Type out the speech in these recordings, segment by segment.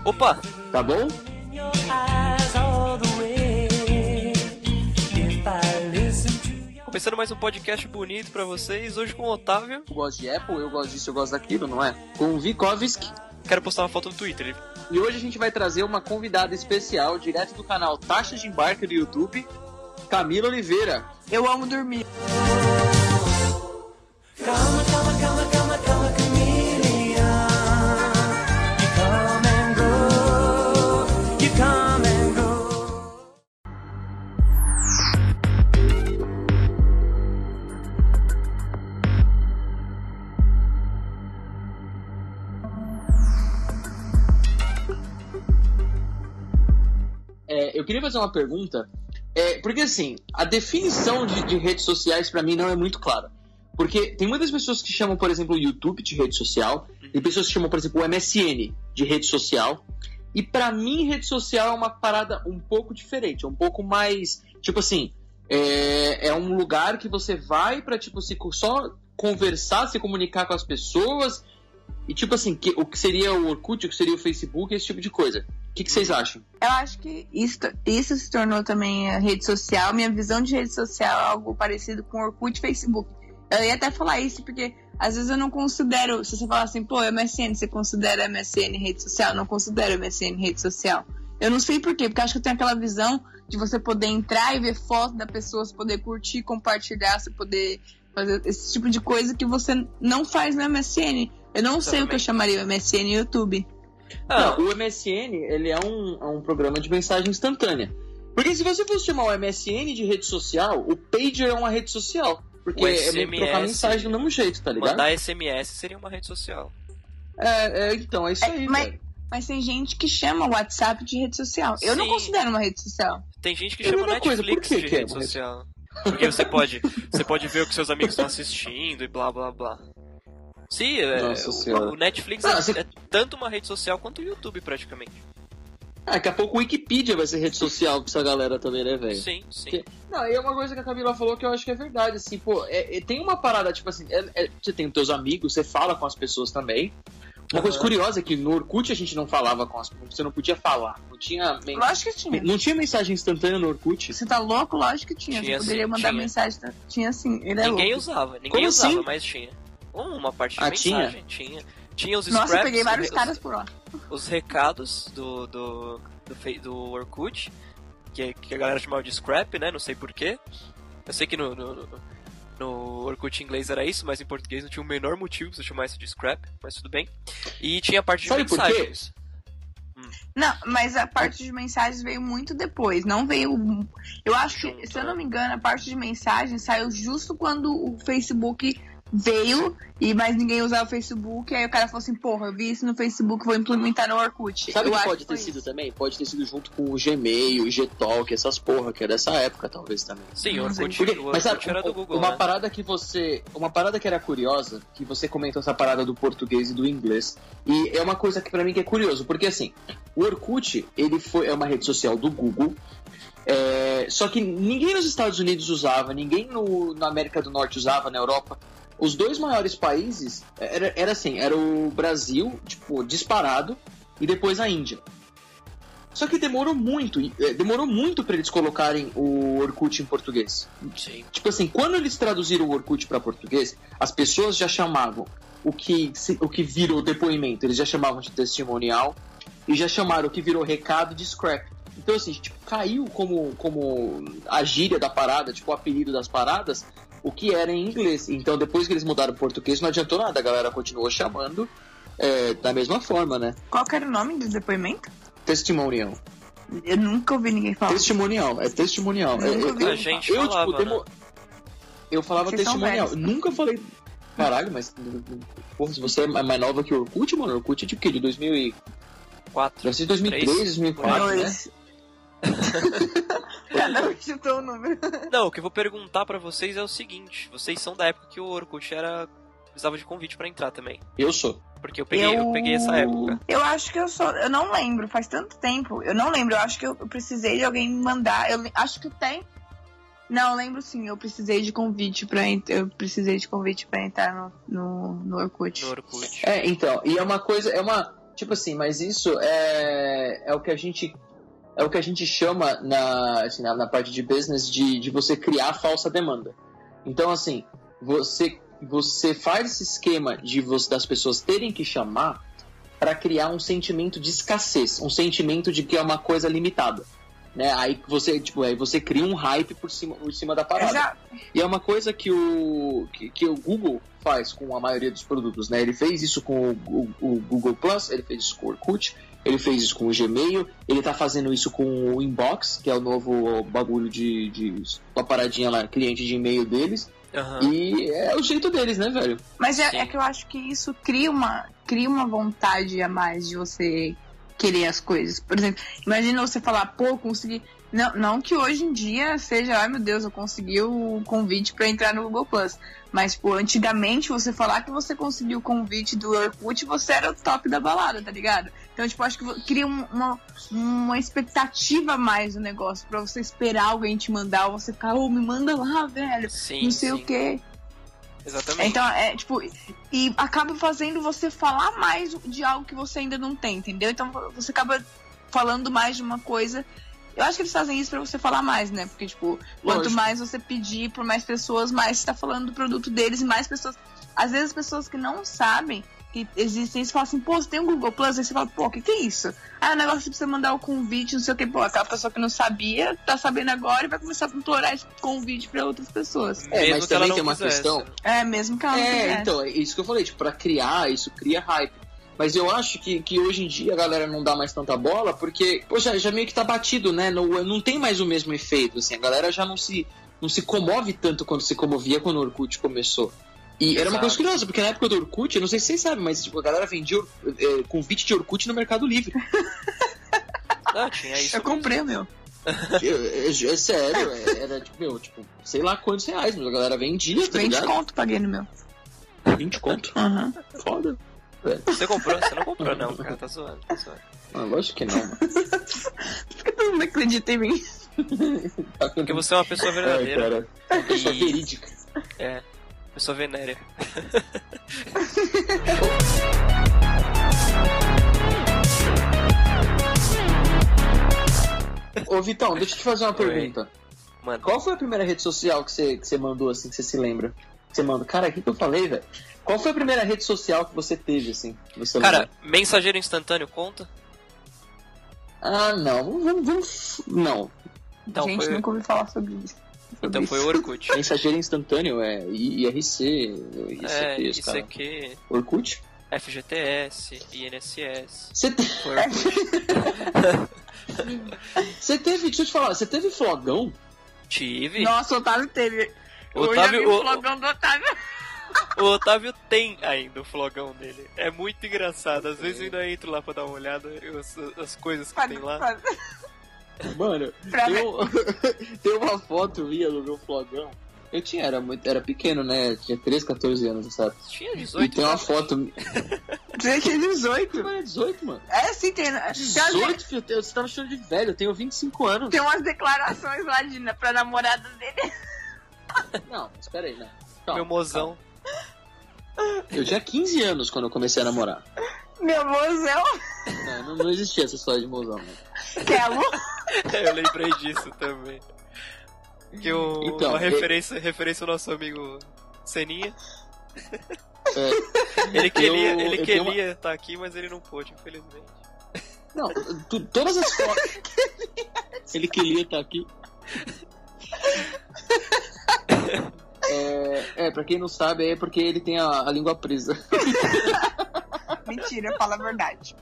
Opa! Tá bom? Começando mais um podcast bonito pra vocês, hoje com o Otávio. Eu gosto de Apple, eu gosto disso, eu gosto daquilo, não é? Com o Vikovski. Quero postar uma foto no Twitter. E hoje a gente vai trazer uma convidada especial, direto do canal Taxa de Embarque do YouTube, Camila Oliveira. Eu amo dormir. Eu queria fazer uma pergunta, porque assim, a definição de redes sociais pra mim não é muito clara. Porque tem muitas pessoas que chamam, por exemplo, o YouTube de rede social, tem pessoas que chamam, por exemplo, o MSN de rede social, e pra mim rede social é uma parada um pouco diferente, é um pouco mais, tipo assim, é um lugar que você vai pra, tipo, só conversar, se comunicar com as pessoas, e tipo assim, o que seria o Orkut, o que seria o Facebook, esse tipo de coisa. O que vocês acham? Eu acho que isso se tornou também a rede social. Minha visão de rede social é algo parecido com Orkut e Facebook. Eu ia até falar isso porque às vezes eu não considero, se você falar assim, pô, MSN, você considera MSN rede social? Eu não considero MSN rede social. Eu não sei por quê, porque eu acho que eu tenho aquela visão de você poder entrar e ver foto da pessoa, você poder curtir, compartilhar, você poder fazer esse tipo de coisa que você não faz no MSN. Eu não sei o que eu chamaria o MSN e YouTube. Não, o MSN, ele é um programa de mensagem instantânea. Porque se você fosse chamar o MSN de rede social, o Pager é uma rede social. Porque é meio que trocar mensagem do mesmo jeito, tá ligado? Mandar SMS seria uma rede social. Então, é isso aí, mas tem gente que chama o WhatsApp de rede social. Eu não considero uma rede social. Tem gente que chama o Netflix de rede social. Porque você pode ver o que seus amigos estão assistindo e blá blá blá. Sim, o Netflix é tanto uma rede social quanto o YouTube, praticamente. Daqui a pouco o Wikipedia vai ser rede social pra essa galera também, né, velho? Sim. Não, e é uma coisa que a Camila falou que eu acho que é verdade, assim, pô, tem uma parada, tipo assim, você tem os teus amigos, você fala com as pessoas também. Uma coisa curiosa é que no Orkut a gente não falava com as pessoas, você não podia falar, não tinha... Lógico que tinha. Não tinha mensagem instantânea no Orkut? Você tá louco? Lógico que tinha. Você poderia mandar mensagem, tinha sim, ele é Ninguém louco. usava, assim? Mas tinha. Uma parte de mensagem, tinha os scraps. Nossa, eu peguei vários caras por lá. Os recados do Orkut, que a galera chamava de scrap, né? Não sei porquê. Eu sei que no Orkut em inglês era isso, mas em português não tinha o menor motivo pra você chamar isso de scrap, mas tudo bem. E tinha a parte de mensagens. Não, mas a parte de mensagens veio muito depois, não veio... Eu acho que, se eu não me engano, a parte de mensagens saiu justo quando o Facebook veio, mas ninguém usava o Facebook, aí o cara falou assim, porra, eu vi isso no Facebook, vou implementar no Orkut. Sabe o que pode ter sido também? Pode ter sido junto com o Gmail, o Gtalk, essas porra, que é dessa época, talvez, também. Sim, o Orkut era do Google, uma né? parada que era curiosa, que você comentou essa parada do português e do inglês, e é uma coisa que pra mim que é curioso, porque assim, o Orkut, é uma rede social do Google, só que ninguém nos Estados Unidos usava, ninguém na América do Norte usava, na Europa. Os dois maiores países era o Brasil, tipo, disparado, e depois a Índia. Só que demorou muito pra eles colocarem o Orkut em português. Sim. Tipo assim, quando eles traduziram o Orkut pra português, as pessoas já chamavam o que virou depoimento, eles já chamavam de testimonial, e já chamaram o que virou recado de scrap. Então assim, tipo, caiu como a gíria da parada, tipo, o apelido das paradas, o que era em inglês. Então depois que eles mudaram para português não adiantou nada, a galera continuou chamando da mesma forma, né? Qual que era o nome do depoimento? Testimonial. Eu nunca ouvi ninguém falar. Testimonial. Eu falava testimonial. Nunca falei... Caralho, mas... Porra, se você é mais nova que o Orkut, mano, o Orkut é de quê? De 2004? Deve ser de 2003, 2004, né? Cada um chutou o número. Não, o que eu vou perguntar pra vocês é o seguinte: vocês são da época que o Orkut precisava de convite pra entrar também? Eu sou. Porque eu peguei essa época. Eu acho que eu sou. Eu não lembro, faz tanto tempo. Eu não lembro, eu acho que eu precisei de alguém me mandar. Eu acho que tem. Não, eu lembro sim, eu precisei de convite pra entrar no Orkut. No Orkut. Então, e é uma coisa, tipo assim, mas isso é o que a gente chama na parte de business de você criar falsa demanda. Então, assim, você faz esse esquema das pessoas terem que chamar para criar um sentimento de escassez, um sentimento de que é uma coisa limitada, né? Aí você cria um hype por cima da parada. Exato. E é uma coisa que o Google faz com a maioria dos produtos, né? Ele fez isso com o Google Plus, ele fez isso com o Orkut, ele fez isso com o Gmail, ele tá fazendo isso com o Inbox, que é o novo bagulho de uma paradinha lá, cliente de e-mail deles. Uhum. E é o jeito deles, né, velho? Mas é que eu acho que isso cria uma vontade a mais de você querer as coisas. Por exemplo, imagina você falar, pô, consegui... Não que hoje em dia seja, ai meu Deus, eu consegui o convite pra entrar no Google Plus. Mas, pô, antigamente você falar que você conseguiu o convite do Orkut, você era o top da balada, tá ligado? Então, tipo, acho que cria uma expectativa a mais do negócio, pra você esperar alguém te mandar, ou você ficar, me manda lá, velho, sim, não sei o quê. Exatamente. Então, tipo, e acaba fazendo você falar mais de algo que você ainda não tem, entendeu? Então, você acaba falando mais de uma coisa. Eu acho que eles fazem isso pra você falar mais, né? Porque, tipo, quanto mais você pedir por mais pessoas, mais você tá falando do produto deles e mais pessoas... Às vezes, as pessoas que não sabem que existem, você fala assim, pô, você tem um Google Plus? Aí você fala, pô, o que é isso? Ah, o negócio de você mandar o convite, não sei o que. Pô, aquela pessoa que não sabia, tá sabendo agora e vai começar a implorar esse convite pra outras pessoas. Mas também tem uma questão... mesmo que ela não quisesse. Então, é isso que eu falei, tipo, pra criar, isso cria hype. Mas eu acho que hoje em dia a galera não dá mais tanta bola, porque, poxa, já meio que tá batido, né? Não tem mais o mesmo efeito, assim. A galera já não se comove tanto quanto se comovia quando o Orkut começou. E era uma coisa curiosa, porque na época do Orkut, eu não sei se vocês sabem, mas tipo, a galera vendia convite de Orkut no Mercado Livre. Não, tinha isso. Eu comprei o meu. É sério, era tipo, sei lá quantos reais, mas a galera vendia, tá 20 ligado? conto paguei no meu. 20 conto? Uhum. Foda. Você comprou? Você não comprou, não, cara. Tá zoando. Ah, lógico que não, mano. Por que todo mundo acredita em mim? Porque você é uma pessoa verdadeira. Ai, cara. Uma pessoa verídica. É. Pessoa venérea. Ô, Vitão, deixa eu te fazer uma pergunta. Mano. Qual foi a primeira rede social que você mandou, assim, que você se lembra? Você manda, cara, o que eu falei, velho? Qual foi a primeira rede social que você teve, assim? Que você cara, mensageiro instantâneo conta? Ah, não. Não. Então, gente, nunca ouvi falar sobre isso. Então foi o Orkut. Mensageiro instantâneo é IRC, ICQ, Orkut? FGTS, INSS. Foi Orkut. Você teve, deixa eu te falar, você teve flogão? Tive. Nossa, o Otávio teve. O flogão do Otávio. O Otávio tem ainda o flogão dele. É muito engraçado. Às vezes eu ainda entro lá pra dar uma olhada as coisas que tem lá. Mano, tem uma foto minha no meu flogão. Eu era pequeno, né? Tinha 13, 14 anos, sabe? Tinha 18. E tem uma foto... Você tinha 18? Mas é 18, mano. É, sim, tem... 18, filho? Você tá me chamando de velho, eu tenho 25 anos. Tem umas declarações lá pra namorada dele. Não, espera aí, né? Meu mozão. Eu tinha 15 anos quando eu comecei a namorar. Meu mozão? Não existia essa história de mozão, né? Quero? Eu lembrei disso também. Que então, uma referência ao nosso amigo Seninha. Ele queria estar aqui, mas ele não pôde, infelizmente. Não, todas as fotos. Ele queria estar aqui. Pra quem não sabe, é porque ele tem a língua presa. Mentira, fala a verdade.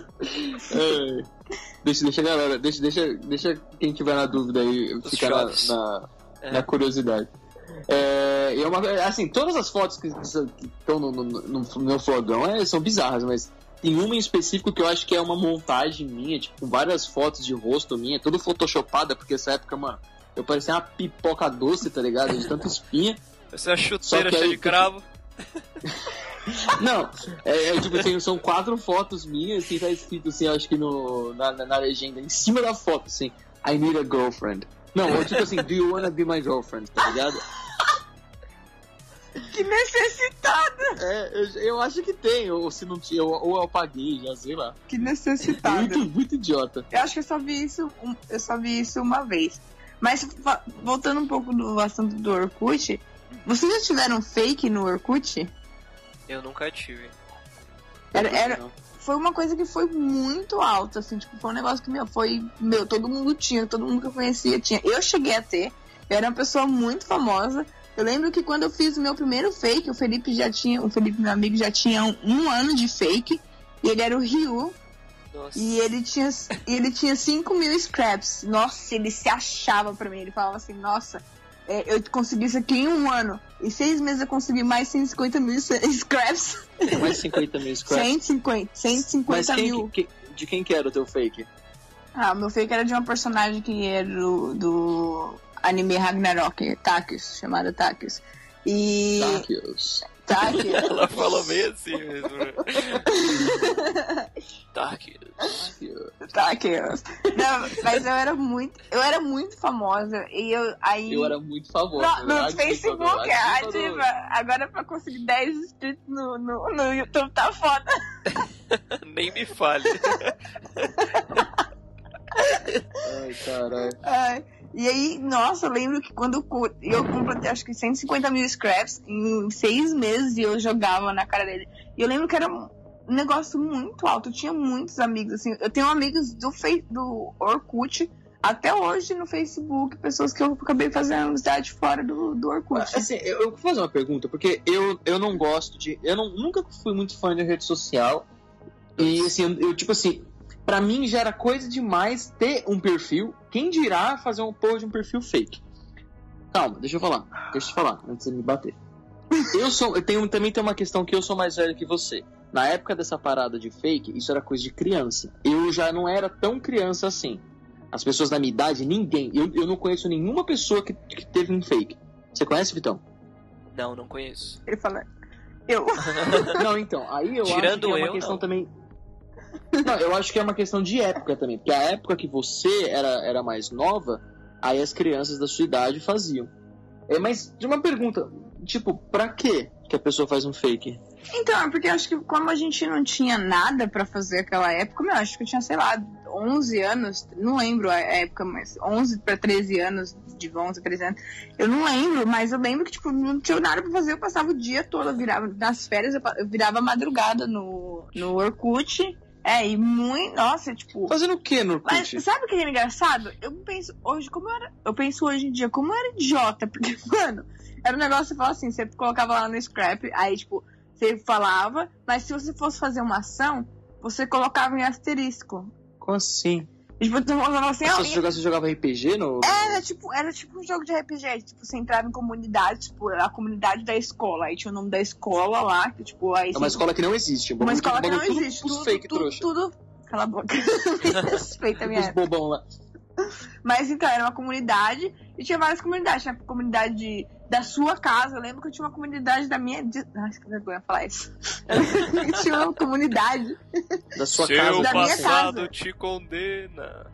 Deixa a galera, deixa quem tiver na dúvida aí ficar na curiosidade. Assim, todas as fotos que estão no meu flogão são bizarras, mas tem uma em específico que eu acho que é uma montagem minha, tipo, com várias fotos de rosto minha, tudo photoshopada, porque essa época, mano, eu parecia uma pipoca doce, tá ligado? De tanta espinha. Essa é a chuteira cheia de cravo. Não, tipo, são 4 fotos minhas, assim, tá escrito assim, acho que na legenda, em cima da foto, assim, I need a girlfriend. Não, tipo assim, do you wanna be my girlfriend, tá ligado? Que necessitado! Eu acho que tem, ou se não tinha, ou eu apaguei, já sei lá. Que necessitado. Muito idiota. Eu acho que eu só vi isso uma vez. Mas voltando um pouco do assunto do Orkut, vocês já tiveram fake no Orkut? Eu nunca tive. Foi uma coisa que foi muito alta, assim, tipo, foi um negócio que, todo mundo tinha, todo mundo que eu conhecia tinha. Eu cheguei a ter, eu era uma pessoa muito famosa. Eu lembro que quando eu fiz o meu primeiro fake, o Felipe, meu amigo, já tinha um ano de fake, e ele era o Ryu. Nossa. E ele tinha 5.000 scraps. Nossa, ele se achava pra mim. Ele falava assim, nossa, eu consegui isso aqui em um ano. Em 6 meses eu consegui mais 150 mil scraps. Mais 50 mil scraps? 150 mil. De quem que era o teu fake? O meu fake era de uma personagem que era do anime Ragnarok, Takius, chamada Takius. Takius. Ela falou meio assim mesmo. Takius. Não, mas eu era muito famosa. E eu era muito famosa. No Facebook, ativa. Agora pra conseguir 10 inscritos no YouTube tá foda. Nem me fale. Ai, caralho. E aí, nossa, eu lembro que quando eu completei acho que 150 mil scraps em 6 meses e eu jogava na cara dele. E eu lembro que era um negócio muito alto. Eu tinha muitos amigos, assim. Eu tenho amigos do Orkut até hoje no Facebook, pessoas que eu acabei fazendo amizade fora do Orkut. Assim, eu vou fazer uma pergunta, porque eu não gosto de... nunca fui muito fã de rede social. E assim, tipo assim... Pra mim já era coisa demais ter um perfil. Quem dirá fazer um post de um perfil fake? Calma, deixa eu falar antes de me bater. Também tem uma questão que eu sou mais velho que você. Na época dessa parada de fake, isso era coisa de criança. Eu já não era tão criança assim. As pessoas da minha idade, ninguém. Eu não conheço nenhuma pessoa que teve um fake. Você conhece, Vitão? Não conheço. Ele fala, eu. Não, então, aí eu acho que é uma questão também... Não, eu acho que é uma questão de época também. Porque a época que você era mais nova, aí as crianças da sua idade faziam. Mas, de uma pergunta, tipo, pra quê que a pessoa faz um fake? Então, porque eu acho que como a gente não tinha nada pra fazer naquela época, eu acho que eu tinha, sei lá, 11 anos, não lembro a época, mas 11 pra 13 anos, de 11 a 13 anos, eu não lembro, mas eu lembro que, tipo, não tinha nada pra fazer, eu passava o dia todo, nas férias, eu virava madrugada no Orkut. E muito, nossa, tipo... Fazendo o que no Orkut? Mas sabe o que é engraçado? Eu penso hoje em dia como eu era idiota, porque, mano, era um negócio que você falava assim, você colocava lá no scrap, aí, tipo, você falava, mas se você fosse fazer uma ação, você colocava em asterisco. Como assim? E, tipo, você falava assim... Você jogava RPG no... Era tipo um jogo de RPG, tipo, você entrava em comunidade, tipo, a comunidade da escola, aí tinha o nome da escola lá, que, tipo... Aí, é uma escola que não existe. Uma escola que não existe. Tudo fake, trouxa. Tudo... Cala a boca. Respeita a minha época. Os bobão lá. Mas, então, era uma comunidade, e tinha várias comunidades. Tinha a comunidade da sua casa, eu lembro que eu tinha uma comunidade da minha... Nossa, que vergonha falar isso. Eu tinha uma comunidade... Da sua casa. Seu da minha passado casa. te condena.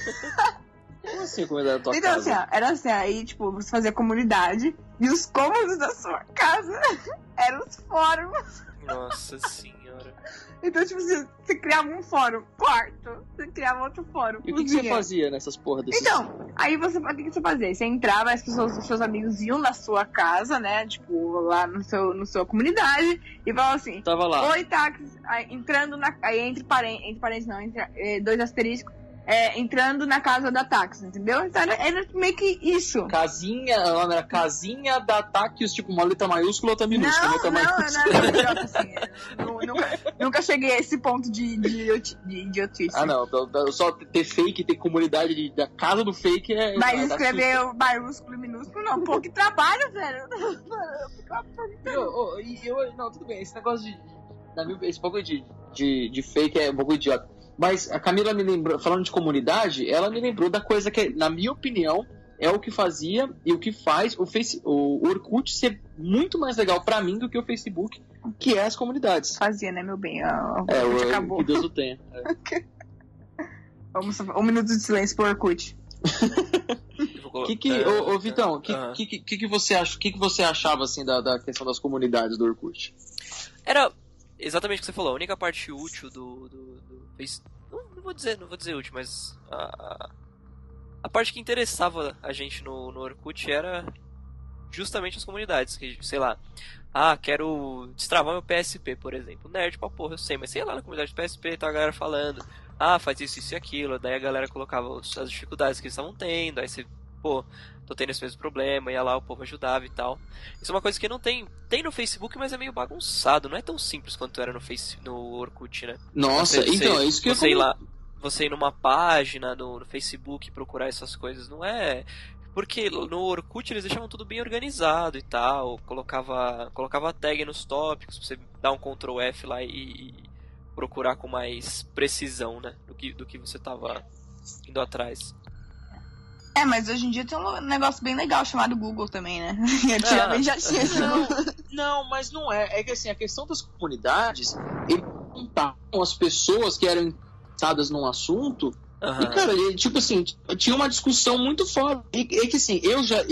Como assim a comunidade da tua então, casa? Assim, era assim, aí, tipo, você fazia comunidade, e os cômodos da sua casa eram os fóruns. Nossa senhora. Então, tipo, você criava um fórum, quarto, você criava outro fórum. E o que você fazia nessas porra desses... Então, aí o que você fazia? Você entrava, as pessoas, os seus amigos iam na sua casa, né? Tipo, lá no sua comunidade, e falavam assim: Tava lá. Oi, táxi. Aí, entrando na. Aí entre parênteses, não, dois asteriscos. Entrando na casa da táxi, entendeu? Então era meio que isso. Casinha, o nome era Casinha da Takius, tipo uma letra maiúscula ou outra minúscula. Não era assim. Nunca cheguei a esse ponto de idiotice. Ah, não. Só ter fake, ter comunidade da casa do fake é... Mas escrever maiúsculo e minúsculo, não. Pô, que trabalho, velho. Não, tudo bem. Esse negócio esse pouco de fake é um pouco idiota. Mas a Camila me lembrou, falando de comunidade, ela me lembrou da coisa que, na minha opinião, é o que fazia e o que faz o Orkut ser muito mais legal pra mim do que o Facebook, que é as comunidades. Fazia, né, meu bem? Acabou. Que Deus o tenha. Vamos, 1 minuto de silêncio pro Orkut. Eu vou Ô Vitão, o que você acha? Que você achava assim da questão das comunidades do Orkut? Era exatamente o que você falou. A única parte útil do Facebook. Não vou dizer útil, mas a parte que interessava a gente no Orkut era justamente as comunidades, que, sei lá, quero destravar meu PSP, por exemplo. Nerd pra porra, eu sei, mas sei lá na comunidade do PSP, tá a galera falando, faz isso e aquilo, daí a galera colocava as dificuldades que eles estavam tendo, aí você, tô tendo esse mesmo problema, ia lá, o povo ajudava e tal. Isso é uma coisa que não tem no Facebook, mas é meio bagunçado, não é tão simples quanto era no Orkut, né? Nossa, é isso que eu sei lá, você ir numa página no Facebook e procurar essas coisas, não é... Porque no Orkut eles deixavam tudo bem organizado e tal, colocava tag nos tópicos, pra você dar um Ctrl F lá e procurar com mais precisão, né, do que você tava indo atrás. Mas hoje em dia tem um negócio bem legal chamado Google também, né? Antigamente já tinha isso. Não, mas não é. É que assim, a questão das comunidades, eles contavam as pessoas que eram interessadas num assunto. E, cara, tipo assim, tinha uma discussão muito forte. É que assim,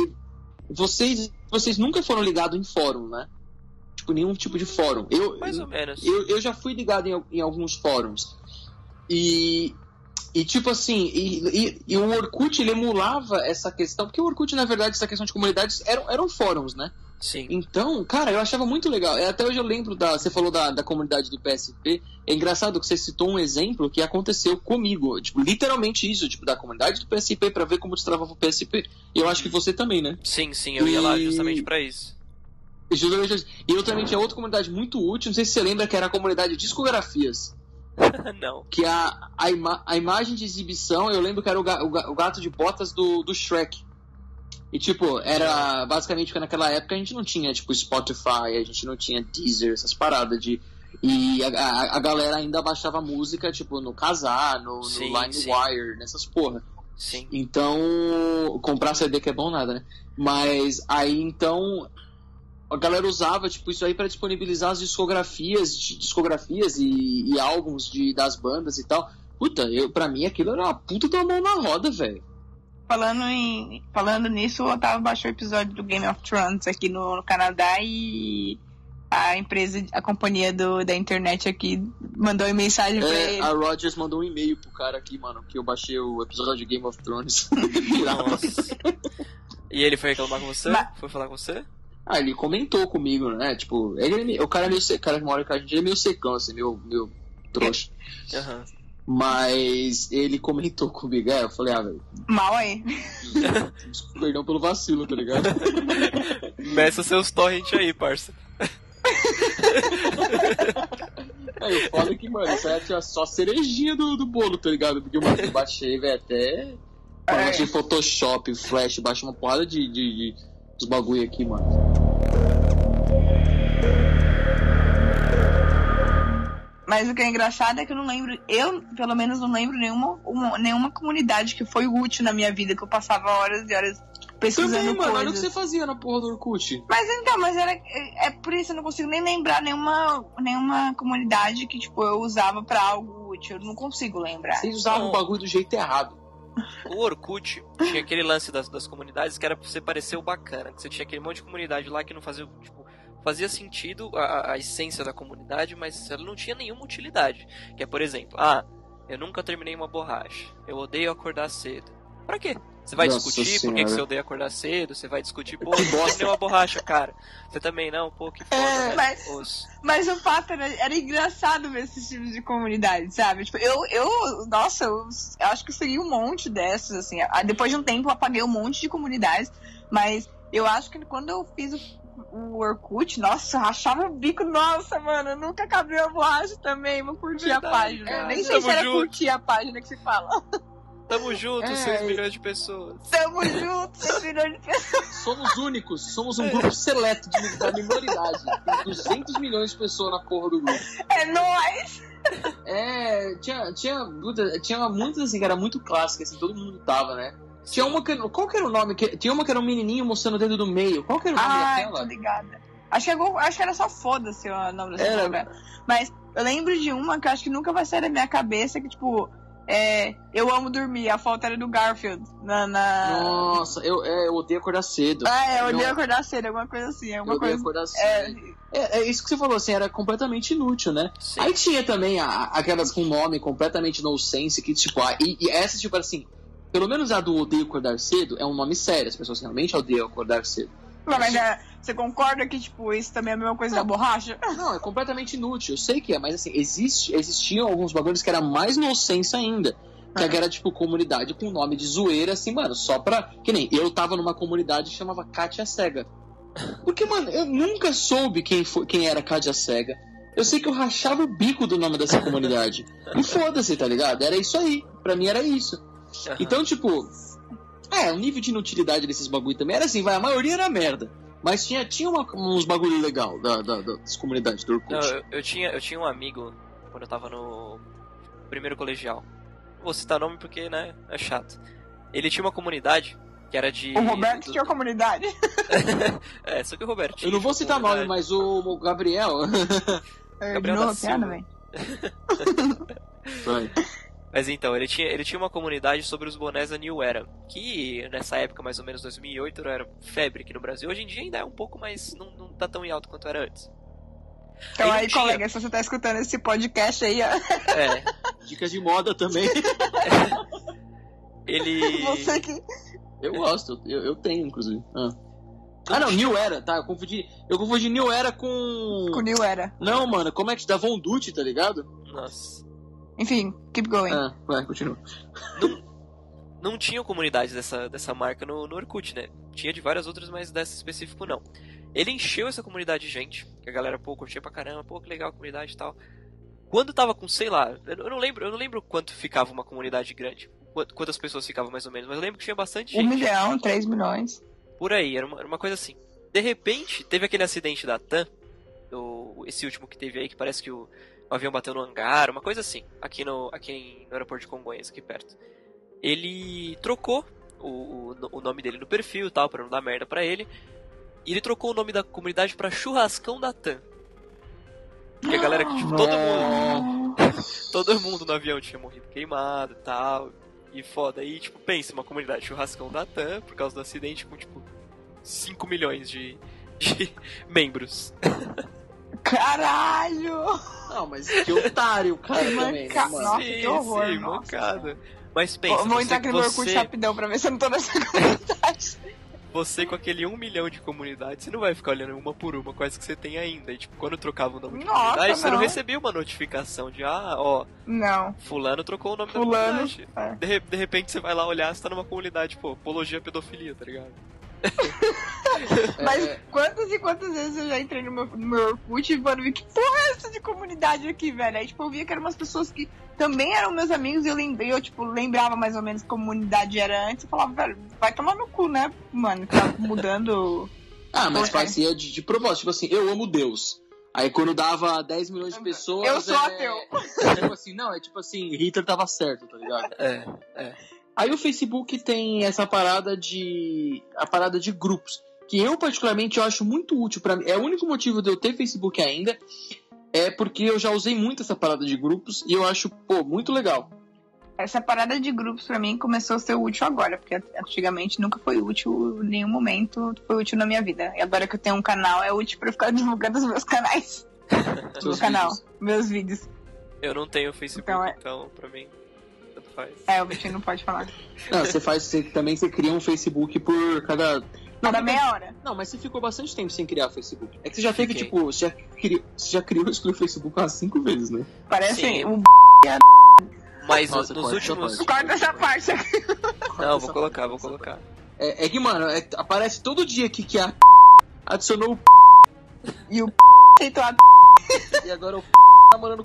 vocês nunca foram ligados em fórum, né? Tipo, nenhum tipo de fórum. Mais ou menos. Eu já fui ligado em alguns fóruns. E tipo assim, e o Orkut, ele emulava essa questão, porque o Orkut, na verdade, essa questão de comunidades eram fóruns, né? Sim. Então, cara, eu achava muito legal. Até hoje eu lembro você falou da comunidade do PSP. É engraçado que você citou um exemplo que aconteceu comigo. Tipo, literalmente isso, tipo, da comunidade do PSP pra ver como destravava o PSP. E eu acho que você também, né? Sim, eu ia lá justamente pra isso. E eu também tinha outra comunidade muito útil, não sei se você lembra, que era a comunidade de discografias. Não. Que a imagem de exibição, eu lembro que era o gato de botas do Shrek. E tipo, era basicamente porque naquela época a gente não tinha tipo Spotify, a gente não tinha Deezer, essas paradas e a galera ainda baixava música tipo no Kazaa, no LimeWire, nessas porra. Sim. Então, comprar CD que é bom nada, né? Mas aí então a galera usava tipo isso aí pra disponibilizar as discografias e álbuns das bandas e tal. Puta, pra mim aquilo era uma puta da mão na roda, velho. Falando nisso, o Otávio baixou o episódio do Game of Thrones aqui no Canadá e a companhia da internet aqui mandou mensagem pra ele. A Rogers mandou um e-mail pro cara aqui, mano, que eu baixei o episódio de Game of Thrones. Nossa. E ele foi reclamar com você? Foi falar com você? Ele comentou comigo, né? Tipo, o cara é meio secão, cara que mora com a gente, ele é meio secão, assim, meio trouxa. Mas ele comentou comigo, eu falei, velho. Mal aí. Perdão pelo vacilo, tá ligado? Meça seus torrents aí, parça. Eu falo que, mano, isso é só cerejinha do bolo, tá ligado? Porque, mano, eu baixei, velho, até. Eu baixei Photoshop, Flash, baixei uma porrada dos bagulho aqui, mano. Mas o que é engraçado é que eu pelo menos não lembro nenhuma comunidade que foi útil na minha vida, que eu passava horas e horas pesquisando também, mano, coisas. olha o que você fazia na porra do Orkut. Mas é por isso eu não consigo nem lembrar nenhuma comunidade que, tipo, eu usava pra algo útil. Eu não consigo lembrar. Vocês usavam o bagulho do jeito errado. O Orkut tinha aquele lance das comunidades que era pra você parecer o bacana, que você tinha aquele monte de comunidade lá que não fazia, tipo, fazia sentido a essência da comunidade, mas ela não tinha nenhuma utilidade. Que é, por exemplo, eu nunca terminei uma borracha, eu odeio acordar cedo. Pra quê? Você vai discutir por que você odeia acordar cedo? Você vai discutir, eu terminei uma borracha, cara. Você também não? Pô, que foda, né? Mas o fato era engraçado ver esses tipos de comunidade, sabe? Tipo, eu acho que eu segui um monte dessas, assim. Depois de um tempo eu apaguei um monte de comunidades, mas eu acho que quando eu fiz o Orkut, nossa, rachava o bico, nossa, mano, eu nunca acabei a borracha também, vou curtir a página. Nem sei se era curtir a página que se fala. Tamo junto, 6 milhões de pessoas. Tamo junto, 6 milhões de pessoas. Somos únicos, somos um grupo seleto da minoridade. Tem 200 milhões de pessoas na porra do grupo. É nóis! Tinha muitas assim, que era muito clássica, assim, todo mundo tava, né? Tinha uma que. Qual que era o nome? Tinha uma que era um menininho mostrando o dedo do meio. Qual que era o nome daquela? Tô ligada. Acho que era só foda-se o nome dessa novela. Mas eu lembro de uma que eu acho que nunca vai sair da minha cabeça, que, tipo, eu amo dormir, a foto era do Garfield. Nossa, eu odeio acordar cedo. Eu odeio acordar cedo, alguma coisa assim. Eu odeio acordar cedo. É isso que você falou, assim, era completamente inútil, né? Sim. Aí tinha também aquelas com nome completamente nonsense, que tipo, e essa tipo assim, pelo menos a do odeio acordar cedo é um nome sério, as pessoas realmente odeiam acordar cedo. Não, mas você concorda que, tipo, isso também é a mesma coisa da borracha? Não, é completamente inútil, eu sei que é, mas assim, existiam alguns bagulhos que era mais nonsense ainda. Que era, tipo, comunidade com nome de zoeira, assim, mano, só pra... Que nem, eu tava numa comunidade que chamava Kátia Cega. Porque, mano, eu nunca soube quem era Kátia Cega. Eu sei que eu rachava o bico do nome dessa comunidade. E foda-se, tá ligado? Era isso aí. Pra mim era isso. Então, tipo... o nível de inutilidade desses bagulho também era assim, a maioria era merda. Mas tinha uns bagulho legal das comunidades do Orkut. Não, eu tinha um amigo, quando eu tava no primeiro colegial. Não vou citar nome porque, né, é chato. Ele tinha uma comunidade que era de... O Roberto tinha uma comunidade. Só que o Roberto tinha. Eu não vou citar nome, mas o Gabriel... Gabriel da Silva. Vai. Mas então, ele tinha uma comunidade sobre os bonés da New Era, que nessa época, mais ou menos 2008, era febre aqui no Brasil. Hoje em dia ainda é um pouco, mas não tá tão em alto quanto era antes. Então aí, colega, se você tá escutando esse podcast aí, ó. Dicas de moda também. Ele... Você que... Eu gosto, eu tenho, inclusive. Não, New Era, tá? Eu confundi New Era com... Com New Era. Não, mano, como é que da Von Dutch, tá ligado? Nossa. Enfim, keep going. Vai, continua. Não tinha comunidades dessa marca no Orkut, né? Tinha de várias outras, mas dessa específico não. Ele encheu essa comunidade de gente, que a galera, curtia pra caramba, que legal a comunidade e tal. Quando tava com, sei lá, eu não lembro quanto ficava uma comunidade grande. Quantas pessoas ficavam mais ou menos, mas eu lembro que tinha bastante gente. 1 milhão, 3 milhões. Por aí, era uma coisa assim. De repente, teve aquele acidente da TAM, esse último que teve aí, que parece que o avião bateu no hangar, uma coisa assim, aqui no aeroporto de Congonhas, aqui perto. Ele trocou o nome dele no perfil e tal, pra não dar merda pra ele. E ele trocou o nome da comunidade pra Churrascão da TAM. Porque a galera, tipo, todo mundo no avião tinha morrido queimado e tal. E foda, aí, tipo, pensa, uma comunidade Churrascão da TAM, por causa do acidente, com, tipo, 5 milhões de membros. Caralho! Não, mas que otário, cara, também, né, mano? Nossa, que horror, sim, mancada. Mas pensa, vou entrar aqui no meu Orkut rapidão pra ver se eu não tô nessa comunidade. Você com aquele 1 milhão de comunidades, você não vai ficar olhando uma por uma quais que você tem ainda. E, tipo, quando trocava o nome de comunidade, você não recebia uma notificação de, não, fulano trocou o nome da comunidade. De repente você vai lá olhar, você tá numa comunidade, apologia à pedofilia, tá ligado? Mas quantas e quantas vezes eu já entrei no meu Orkut e, mano, vi que porra é essa de comunidade aqui, velho? Aí, tipo, eu via que eram umas pessoas que também eram meus amigos e eu lembrava mais ou menos que comunidade era antes e falava, velho, vai tomar no cu, né, mano, que tá mudando... Mas fazia de propósito, tipo assim, eu amo Deus. Aí quando dava 10 milhões de pessoas... Eu sou ateu. Tipo assim, não, é tipo assim, Hitler tava certo, tá ligado? Aí o Facebook tem essa parada de grupos, que eu particularmente eu acho muito útil pra mim. É o único motivo de eu ter Facebook ainda, é porque eu já usei muito essa parada de grupos e eu acho, muito legal. Essa parada de grupos pra mim começou a ser útil agora, porque antigamente nunca foi útil, em nenhum momento foi útil na minha vida. E agora que eu tenho um canal, é útil pra eu ficar divulgando os meus canais. Meus vídeos. Eu não tenho Facebook, então pra mim... Faz. O bichinho não pode falar. Não, você cria um Facebook por cada meia hora. Não, mas você ficou bastante tempo sem criar Facebook. É que você já teve, tipo, você já criou e excluiu o Facebook umas 5 vezes, né? Parece um Mas nos últimos... Corta essa parte aqui. Não, vou colocar. É que, mano, aparece todo dia que adicionou o e o aceitou a e agora o tá morando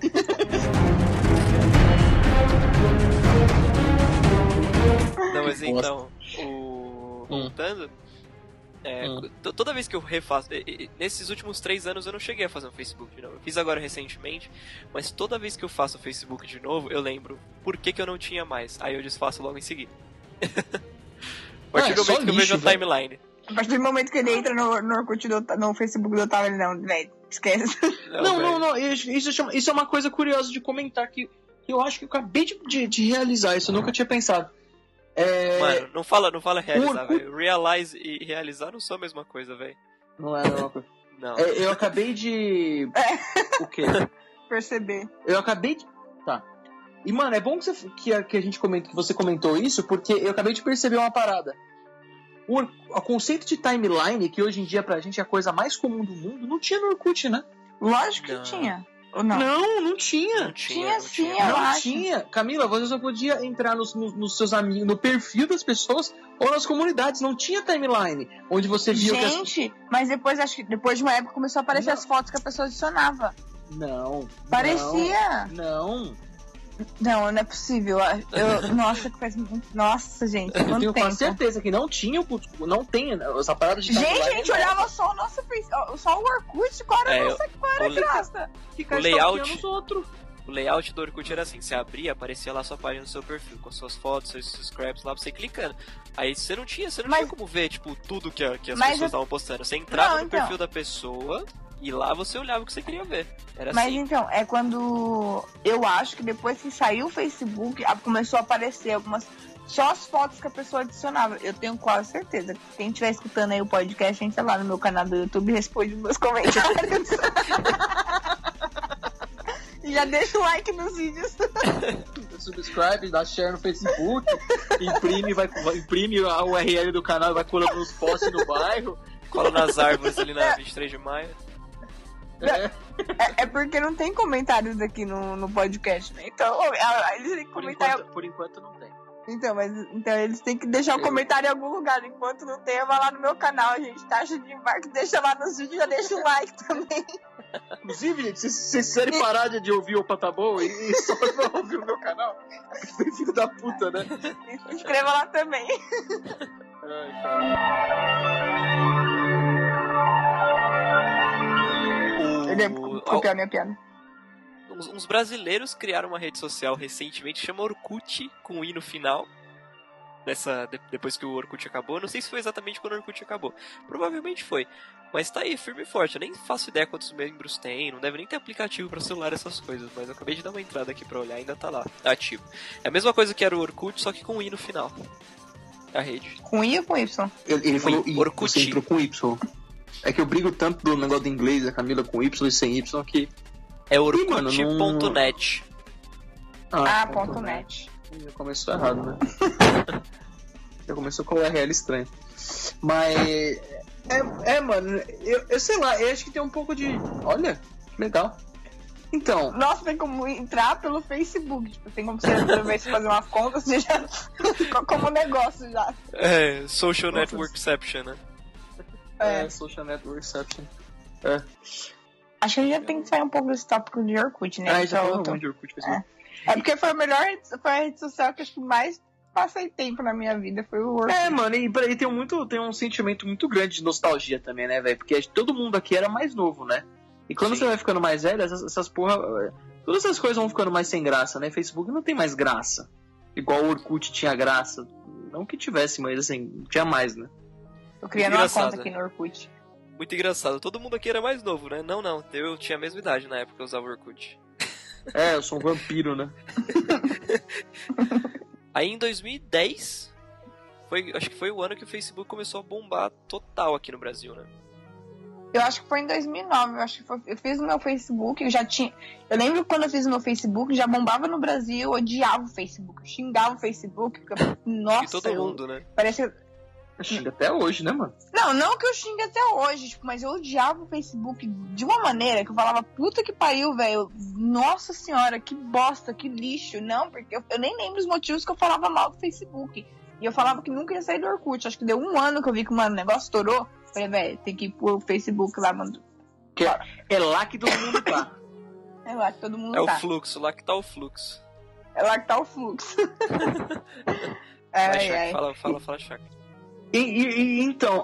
Não, mas então, voltando, toda vez que eu refaço, nesses últimos 3 anos eu não cheguei a fazer um Facebook de novo, eu fiz agora recentemente, mas toda vez que eu faço o Facebook de novo, eu lembro por que eu não tinha mais, aí eu desfaço logo em seguida. A partir do momento que eu vejo a timeline. A partir do momento que ele entra no Orkut, no Facebook do Otávio, ele não, velho, esquece. Não, isso é uma coisa curiosa de comentar, que Eu acho que eu acabei de realizar isso, eu nunca tinha pensado. Mano, não fala realizar, velho. Realize e realizar não são a mesma coisa, velho. Não é a mesma coisa. Não. Eu acabei de... O quê? Perceber. Eu acabei de... Tá. E, mano, é bom que a gente que você comentou isso, porque eu acabei de perceber uma parada. O conceito de timeline, que hoje em dia pra gente é a coisa mais comum do mundo, não tinha no Orkut, né? Lógico que tinha. Ou não? Não tinha. Tinha sim, eu Não acho. tinha. Camila, você só podia entrar nos seus amigos, no perfil das pessoas ou nas comunidades. Não tinha timeline, onde você via Gente, mas depois, acho que depois de uma época começou a aparecer as fotos que a pessoa adicionava. Não. Parecia. Não. Não é possível. Nossa, que faz muito... Nossa, gente, Eu quanto tenho tempo. quase certeza que não tinha, não tem essa parada de Gente, timeline. a gente olhava só o nosso só o Orkut, qual era a nossa graça? Ficar o layout- stalkeando os outros. O layout do Orkut era assim, você abria, aparecia lá a sua página no seu perfil, com suas fotos, seus scraps lá, você clicando. Aí você não tinha como ver, tipo, tudo que as pessoas estavam postando. Você entrava no perfil da pessoa e lá você olhava o que você queria ver. Era Mas assim. então, é quando... Eu acho que depois que saiu o Facebook, começou a aparecer algumas... Só as fotos que a pessoa adicionava. Eu tenho quase certeza. Quem estiver escutando aí o podcast, entra lá no meu canal do YouTube e responde nos meus comentários. E já deixa o like nos vídeos. Subscribe, dá share no Facebook, imprime a URL do canal e vai colando nos posts no bairro. Cola nas árvores ali na 23 de maio. É porque não tem comentários aqui no podcast, né? Então, eles têm que comentar... Por enquanto não tem. Então eles têm que deixar o comentário em algum lugar. Enquanto não tem, vai lá no meu canal, gente. Taxa de embarque, deixa lá nos vídeos, já deixa o like também. Inclusive, gente, se vocês quiserem parar de ouvir o Patabou e só vão ouvir o meu canal, é filho da puta, né? E se inscreva lá também. Ai, cara. Copiar minha piada. Uns brasileiros criaram uma rede social recentemente, chama Orkut, com I no final. Depois que o Orkut acabou. Não sei se foi exatamente quando o Orkut acabou. Provavelmente foi. Mas tá aí, firme e forte. Eu nem faço ideia quantos membros tem. Não deve nem ter aplicativo pra celular, essas coisas. Mas eu acabei de dar uma entrada aqui pra olhar, ainda tá lá, ativo. É a mesma coisa que era o Orkut, só que com I no final. A rede. Com I ou com Y? Ele falou I, Orkut. Você entrou com Y. É que eu brigo tanto do negócio do inglês, a Camila com Y e sem Y, que... É Orkut.net. Ponto .net. Já começou errado, né? Já começou com o URL estranho. Mas... mano, eu sei lá, eu acho que tem um pouco de... Olha, que legal. Então... Nossa, tem como entrar pelo Facebook. Tipo, tem como você, às vezes, fazer uma conta, você já... como negócio já. Social Networkception, né? Social Networkception. Acho que a gente já tem que sair um pouco desse tópico de Orkut, né? Já falou de Orkut, pessoal. Porque foi a rede social que acho que mais passei tempo na minha vida, foi o Orkut. Mano, e tem um sentimento muito grande de nostalgia também, né, velho? Porque todo mundo aqui era mais novo, né? E quando você vai ficando mais velho, essas porra... Todas essas coisas vão ficando mais sem graça, né? Facebook não tem mais graça. Igual o Orkut tinha graça. Não que tivesse, mas assim, tinha mais, né? Eu criando uma conta aqui no Orkut. Muito engraçado. Todo mundo aqui era mais novo, né? Não. Eu tinha a mesma idade na época que eu usava o Orkut. Eu sou um vampiro, né? Aí em 2010, acho que foi o ano que o Facebook começou a bombar total aqui no Brasil, né? Eu acho que foi em 2009. Eu fiz o meu Facebook, eu lembro quando eu fiz o meu Facebook, já bombava no Brasil, eu odiava o Facebook. Eu xingava o Facebook, porque, nossa... E todo mundo, né? Parecia... Xinga até hoje, né, mano? Não que eu xingue até hoje, tipo, mas eu odiava o Facebook de uma maneira que eu falava, puta que pariu, velho. Nossa senhora, que bosta, que lixo. Não, porque eu nem lembro os motivos que eu falava mal do Facebook. E eu falava que nunca ia sair do Orkut. Acho que deu um ano que eu vi que o negócio estourou. Falei, velho, tem que ir pro Facebook lá, mano. É lá que todo mundo tá. É lá que todo mundo tá. É o fluxo, lá que tá o fluxo. É lá que tá o fluxo. Fala, Chaco. Então,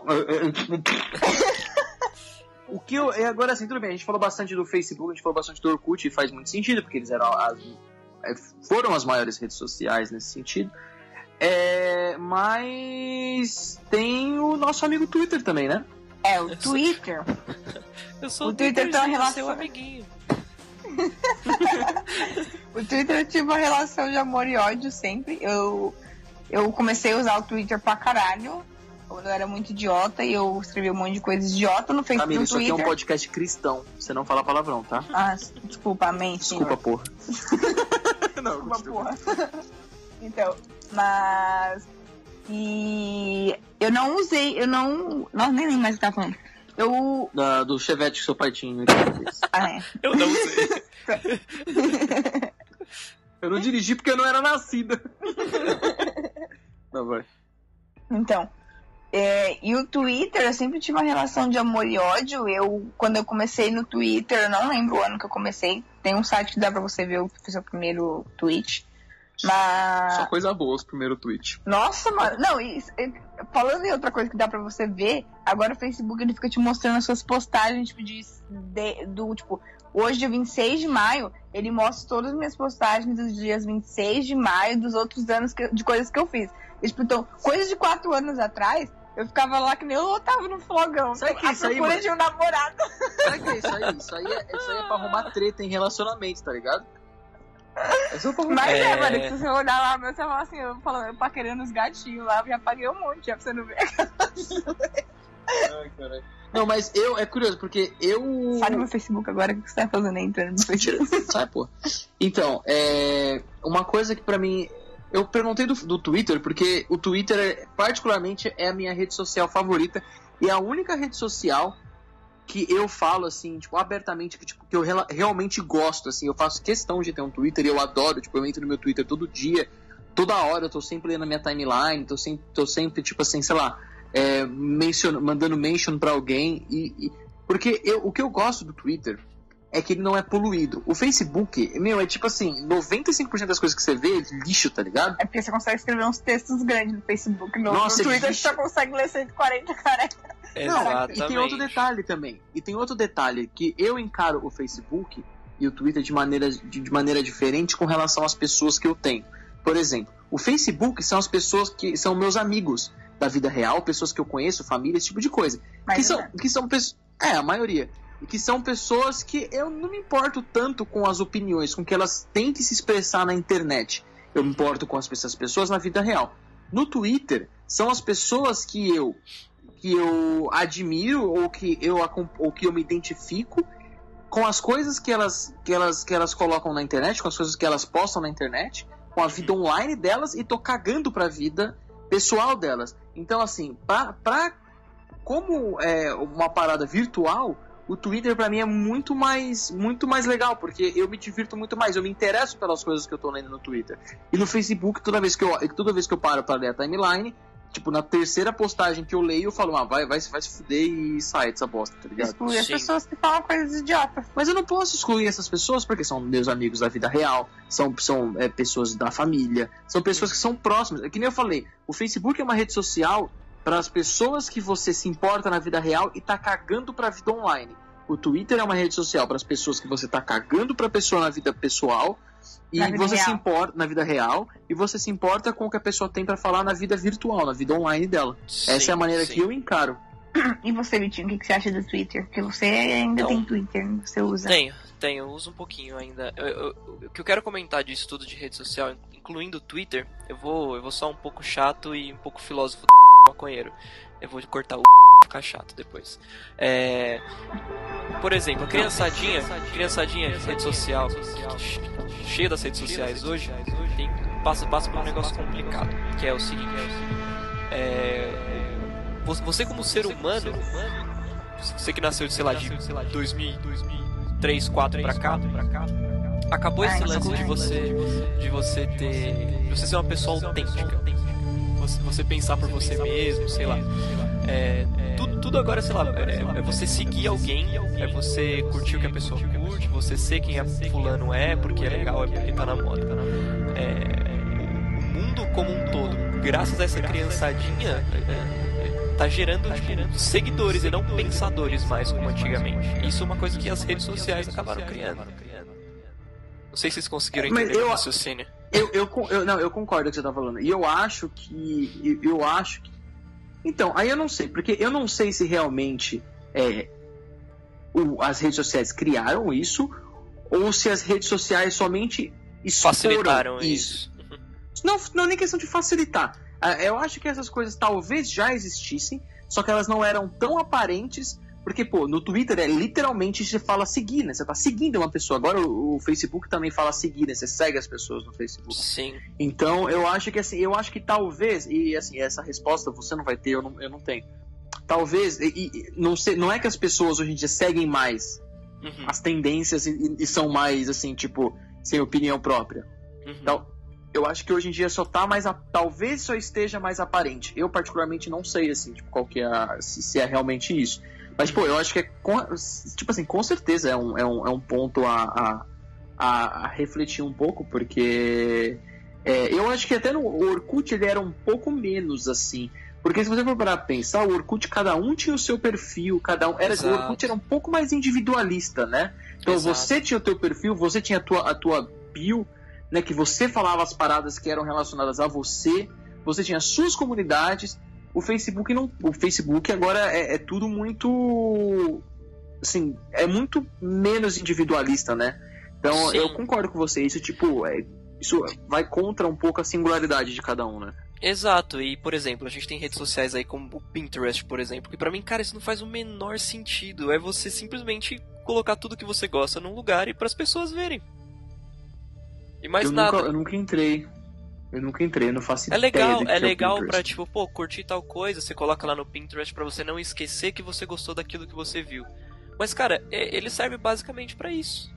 o que eu... Agora assim, tudo bem, a gente falou bastante do Facebook, a gente falou bastante do Orkut, e faz muito sentido, porque eles foram as maiores redes sociais nesse sentido. Mas tem o nosso amigo Twitter também, né? O Twitter. Eu sou o Twitter tem uma relação... seu amiguinho. O Twitter eu tive uma relação de amor e ódio sempre. Eu comecei a usar o Twitter pra caralho. Quando eu era muito idiota e eu escrevi um monte de coisa idiota no Facebook. Camila, no isso Twitter. aqui é um podcast cristão. Você não fala palavrão, tá? Ah, desculpa, amém, senhor. Desculpa, porra. Não, Desculpa, porra. Então, mas... E eu não usei, Nossa, nem lembro mais o que tá falando. Do Chevette que seu pai tinha. Ah, é. Eu não sei. Eu não dirigi porque eu não era nascida. Não, vai. Então, e o Twitter, eu sempre tive uma relação de amor e ódio. Quando eu comecei no Twitter, eu não lembro o ano que eu comecei. Tem um site que dá pra você ver o seu primeiro tweet. Mas... Só coisa boa, os primeiros tweets. Nossa, mano. Não, falando em outra coisa que dá pra você ver, agora o Facebook ele fica te mostrando as suas postagens, tipo, tipo, hoje, dia 26 de maio, ele mostra todas as minhas postagens dos dias 26 de maio, dos outros anos de coisas que eu fiz. E, tipo, então, coisas de 4 anos atrás, eu ficava lá que nem eu tava no flogão. Sabe que é isso aí, procura de um namorado. Sabe o que é isso aí? Isso aí é pra arrumar treta em relacionamento, tá ligado? É só pra arrumar. Mas mano, que se você olhar lá, você fala assim, eu paquerando os gatinhos lá, eu já paguei um monte, já pra você não ver. Ai, caralho. Não, mas é curioso, porque eu... Sai do meu Facebook agora, o que você tá fazendo aí, entrando no Facebook? Sai, pô. Então, uma coisa que pra mim... Eu perguntei do Twitter, porque o Twitter, particularmente, é a minha rede social favorita. E é a única rede social que eu falo, assim, tipo, abertamente, que eu realmente gosto, assim. Eu faço questão de ter um Twitter e eu adoro. Tipo, eu entro no meu Twitter todo dia, toda hora. Eu tô sempre lendo a minha timeline, tô sempre tipo assim, sei lá, mandando mention pra alguém. Porque o que eu gosto do Twitter é que ele não é poluído. O Facebook, é tipo assim, 95% das coisas que você vê é lixo, tá ligado? É porque você consegue escrever uns textos grandes no Facebook. Nossa, no Twitter você só consegue ler 140 caras. Exatamente. Não, e tem outro detalhe também. E tem outro detalhe, que eu encaro o Facebook e o Twitter de maneira diferente com relação às pessoas que eu tenho. Por exemplo, o Facebook são as pessoas que são meus amigos da vida real, pessoas que eu conheço, família, esse tipo de coisa. Que são pessoas... a maioria. E que são pessoas que eu não me importo tanto com as opiniões, com que elas têm que se expressar na internet. Eu me importo com as pessoas na vida real. No Twitter, são as pessoas que eu admiro ou que eu me identifico com as coisas que elas colocam na internet, com as coisas que elas postam na internet, com a vida online delas, e tô cagando pra vida pessoal delas. Então, assim, como é uma parada virtual, o Twitter pra mim é muito mais legal, porque eu me divirto muito mais, eu me interesso pelas coisas que eu tô lendo no Twitter. E no Facebook, toda vez que eu paro pra ler a timeline, tipo, na terceira postagem que eu leio, eu falo, vai se fuder e sai dessa bosta, tá ligado? Exclui as pessoas que falam coisas idiotas. Mas eu não posso excluir essas pessoas porque são meus amigos da vida real, são pessoas da família, são pessoas que são próximas. É que nem eu falei, o Facebook é uma rede social para as pessoas que você se importa na vida real e tá cagando pra vida online. O Twitter é uma rede social para as pessoas que você tá cagando pra pessoa na vida pessoal e você se importa na vida real e você se importa com o que a pessoa tem pra falar na vida virtual, na vida online dela. Sim, essa é a maneira que eu encaro. E você, Vitinho, o que você acha do Twitter? Porque você ainda tem Twitter, você usa? Tenho, eu uso um pouquinho ainda. O que eu quero comentar disso tudo de rede social, incluindo o Twitter, eu vou só um pouco chato e um pouco filósofo maconheiro. Eu vou cortar o ficar chato depois. Por exemplo, a criançadinha de rede social, cheia das redes sociais hoje, passa por um negócio complicado, que é o seguinte: você como ser humano, você que nasceu de, sei lá, de 2003, 2004 pra cá, acabou esse lance de você ser uma pessoa autêntica, você pensar por você mesmo, sei lá. Tudo agora, sei lá, é você seguir alguém, é você curtir o que a pessoa curte, você ser quem a fulano é, porque é legal, é porque tá na moda. O mundo como um todo, graças a essa criançadinha, tá gerando seguidores e não pensadores mais como antigamente. Isso é uma coisa que as redes sociais acabaram criando. Não sei se vocês conseguiram entender o raciocínio. Eu concordo com o que você tá falando. E eu acho que... Então, aí eu não sei. Porque eu não sei se realmente as redes sociais criaram isso ou se as redes sociais somente facilitaram isso. Não é nem questão de facilitar. Eu acho que essas coisas talvez já existissem, só que elas não eram tão aparentes, porque, pô, no Twitter literalmente você fala seguir, né? Você tá seguindo uma pessoa. Agora o Facebook também fala seguir, né? Você segue as pessoas no Facebook. Sim. Então, eu acho que talvez, e assim, essa resposta você não vai ter, eu não tenho. Talvez, não é que as pessoas hoje em dia seguem mais as tendências e são mais, assim, tipo, sem opinião própria. Então, eu acho que hoje em dia só tá mais... talvez só esteja mais aparente. Eu, particularmente, não sei, assim, tipo, qual que é se é realmente isso. Mas, pô, eu acho que tipo assim, com certeza é um ponto a refletir um pouco, porque eu acho que até no Orkut ele era um pouco menos, assim. Porque se você for parar pra pensar, o Orkut, cada um tinha o seu perfil, o Orkut era um pouco mais individualista, né? Então, você tinha o teu perfil, você tinha a tua bio, né, que você falava as paradas que eram relacionadas a você tinha suas comunidades. O Facebook agora é tudo muito, assim, é muito menos individualista, né? Então, eu concordo com você, isso vai contra um pouco a singularidade de cada um, né? Exato, e por exemplo, a gente tem redes sociais aí como o Pinterest, por exemplo, que pra mim, cara, isso não faz o menor sentido. É você simplesmente colocar tudo que você gosta num lugar e pras pessoas verem. E mais nada. Eu nunca entrei, eu não faço ideia. É legal o pra, tipo, pô, curtir tal coisa, você coloca lá no Pinterest pra você não esquecer que você gostou daquilo que você viu. Mas, cara, ele serve basicamente pra isso.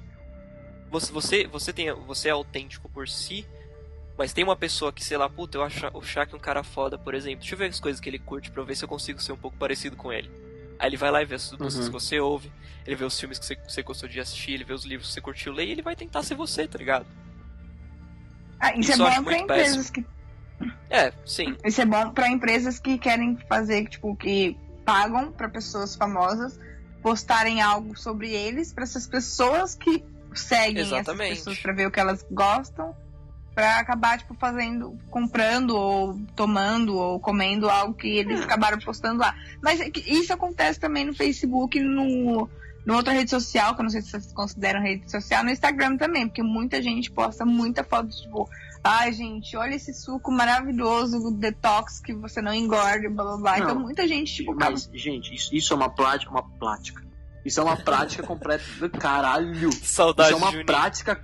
Você é autêntico por si, mas tem uma pessoa que, sei lá, puta, eu acho o Shaq um cara foda, por exemplo. Deixa eu ver as coisas que ele curte pra eu ver se eu consigo ser um pouco parecido com ele. Aí ele vai lá e vê as músicas que você ouve, ele vê os filmes que você gostou de assistir, ele vê os livros que você curtiu ler e ele vai tentar ser você, tá ligado? Isso é bom pra empresas que... sim. Isso é bom pra empresas que querem fazer, tipo, que pagam pra pessoas famosas postarem algo sobre eles, pra essas pessoas que seguem essas pessoas pra ver o que elas gostam, pra acabar, tipo, comprando ou tomando ou comendo algo que eles acabaram postando lá. Mas isso acontece também no Facebook, no outra rede social, que eu não sei se vocês consideram rede social, no Instagram também, porque muita gente posta muita foto, tipo, ai, gente, olha esse suco maravilhoso, detox, que você não engorda, blá blá blá. Então muita gente, tipo... Mas, gente, isso é uma prática. Isso é uma prática completa do caralho. Saudade, Isso é uma prática...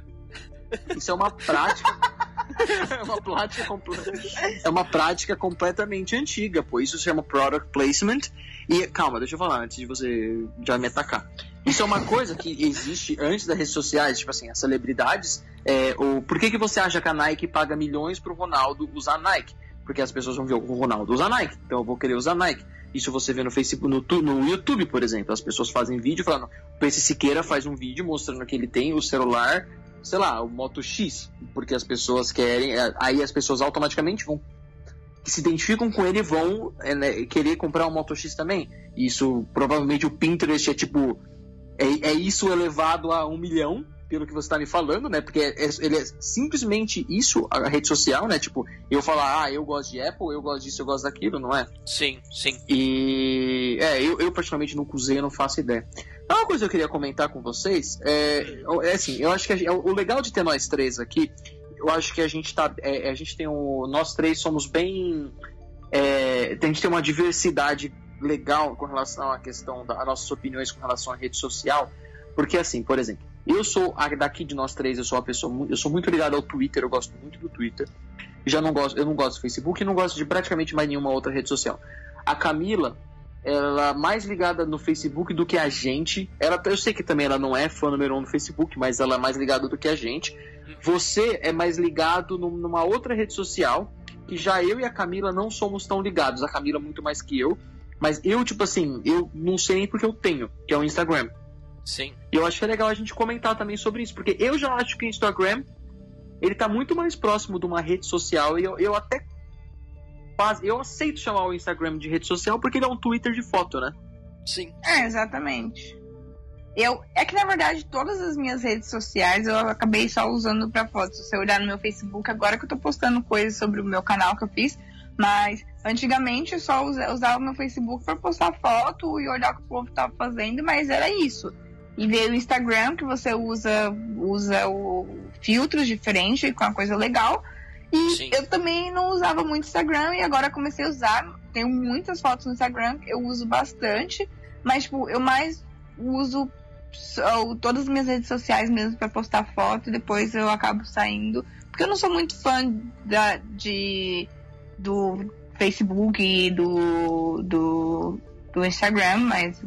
É uma prática completamente antiga, pô. Isso se chama product placement. E calma, deixa eu falar antes de você já me atacar. Isso é uma coisa que existe antes das redes sociais, tipo assim, as celebridades. Por que você acha que a Nike paga milhões pro Ronaldo usar Nike? Porque as pessoas vão ver o Ronaldo usar Nike, então eu vou querer usar Nike. Isso você vê no Facebook, no YouTube, por exemplo. As pessoas fazem vídeo falando, o PC Siqueira faz um vídeo mostrando que ele tem o celular, sei lá, o Moto X, porque as pessoas querem, aí as pessoas automaticamente que se identificam com ele vão querer comprar um Moto X também. Isso, provavelmente o Pinterest é isso elevado a 1 milhão, pelo que você está me falando, né? Porque ele é simplesmente isso, a rede social, né? Tipo, eu falar, eu gosto de Apple, eu gosto disso, eu gosto daquilo, não é? Sim. E eu particularmente nunca usei, eu não faço ideia. Uma coisa que eu queria comentar com vocês assim, eu acho que o legal de ter nós três aqui, eu acho que a gente tem nós três somos bem, a gente tem uma diversidade legal com relação à questão das nossas opiniões com relação à rede social, porque assim, por exemplo, eu sou daqui de nós três, eu sou muito ligado ao Twitter, eu gosto muito do Twitter, eu não gosto do Facebook e não gosto de praticamente mais nenhuma outra rede social. A Camila, ela é mais ligada no Facebook do que a gente. Eu sei que também ela não é fã número 1 no Facebook, mas ela é mais ligada do que a gente. Você é mais ligado numa outra rede social, que já eu e a Camila não somos tão ligados. A Camila muito mais que eu. Mas eu, tipo assim, eu não sei nem porque eu tenho, que é o Instagram. Sim. E eu acho que é legal a gente comentar também sobre isso, porque eu já acho que o Instagram, ele tá muito mais próximo de uma rede social, e eu até eu aceito chamar o Instagram de rede social porque ele é um Twitter de foto, né? Sim. Exatamente. É que, na verdade, todas as minhas redes sociais eu acabei só usando pra foto. Se você olhar no meu Facebook, agora que eu tô postando coisas sobre o meu canal que eu fiz, mas antigamente eu só usava o meu Facebook pra postar foto e olhar o que o povo tava fazendo, mas era isso. E veio o Instagram, que você usa filtros diferentes, com uma coisa legal. E Sim. eu também não usava muito Instagram, e agora comecei a usar. Tenho muitas fotos no Instagram, eu uso bastante. Mas, tipo, eu mais uso todas as minhas redes sociais mesmo pra postar foto, e depois eu acabo saindo. Porque eu não sou muito fã do Facebook e do Instagram, mas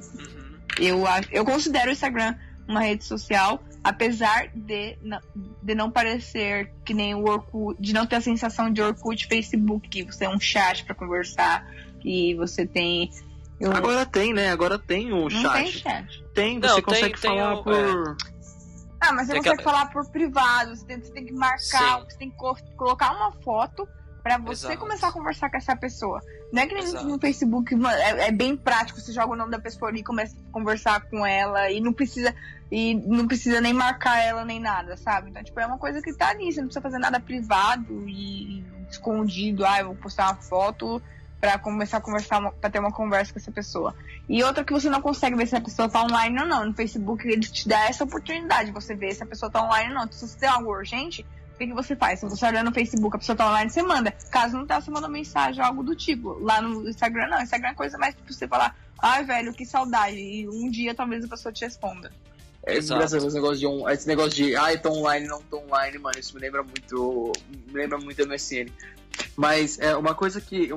eu considero o Instagram uma rede social, apesar de não parecer que nem o Orkut, de não ter a sensação de Orkut, Facebook, que você é um chat pra conversar, e você tem... Agora tem, né? Agora tem o chat. Não tem chat. Tem, você consegue falar por... Ah, mas você consegue falar por privado, você tem que marcar, você tem que colocar uma foto pra você começar a conversar com essa pessoa. Não é que nem no Facebook, é bem prático, você joga o nome da pessoa ali e começa a conversar com ela e não precisa nem marcar ela nem nada, sabe? Então, tipo, é uma coisa que tá ali, você não precisa fazer nada privado e escondido, eu vou postar uma foto pra começar a conversar, pra ter uma conversa com essa pessoa. E outra que você não consegue ver se a pessoa tá online ou não. No Facebook ele te dá essa oportunidade de você ver se a pessoa tá online ou não. Então, se você tem algo urgente, o que você faz? Se você olhar no Facebook, a pessoa tá online, você manda. Caso não tá, você manda mensagem, algo do tipo. Lá no Instagram, não. Instagram é coisa mais pra você falar, ai, velho, que saudade. E um dia talvez a pessoa te responda. É engraçado esse negócio de tô online, não tô online, mano. Isso me lembra muito do MSN. Mas é uma coisa que,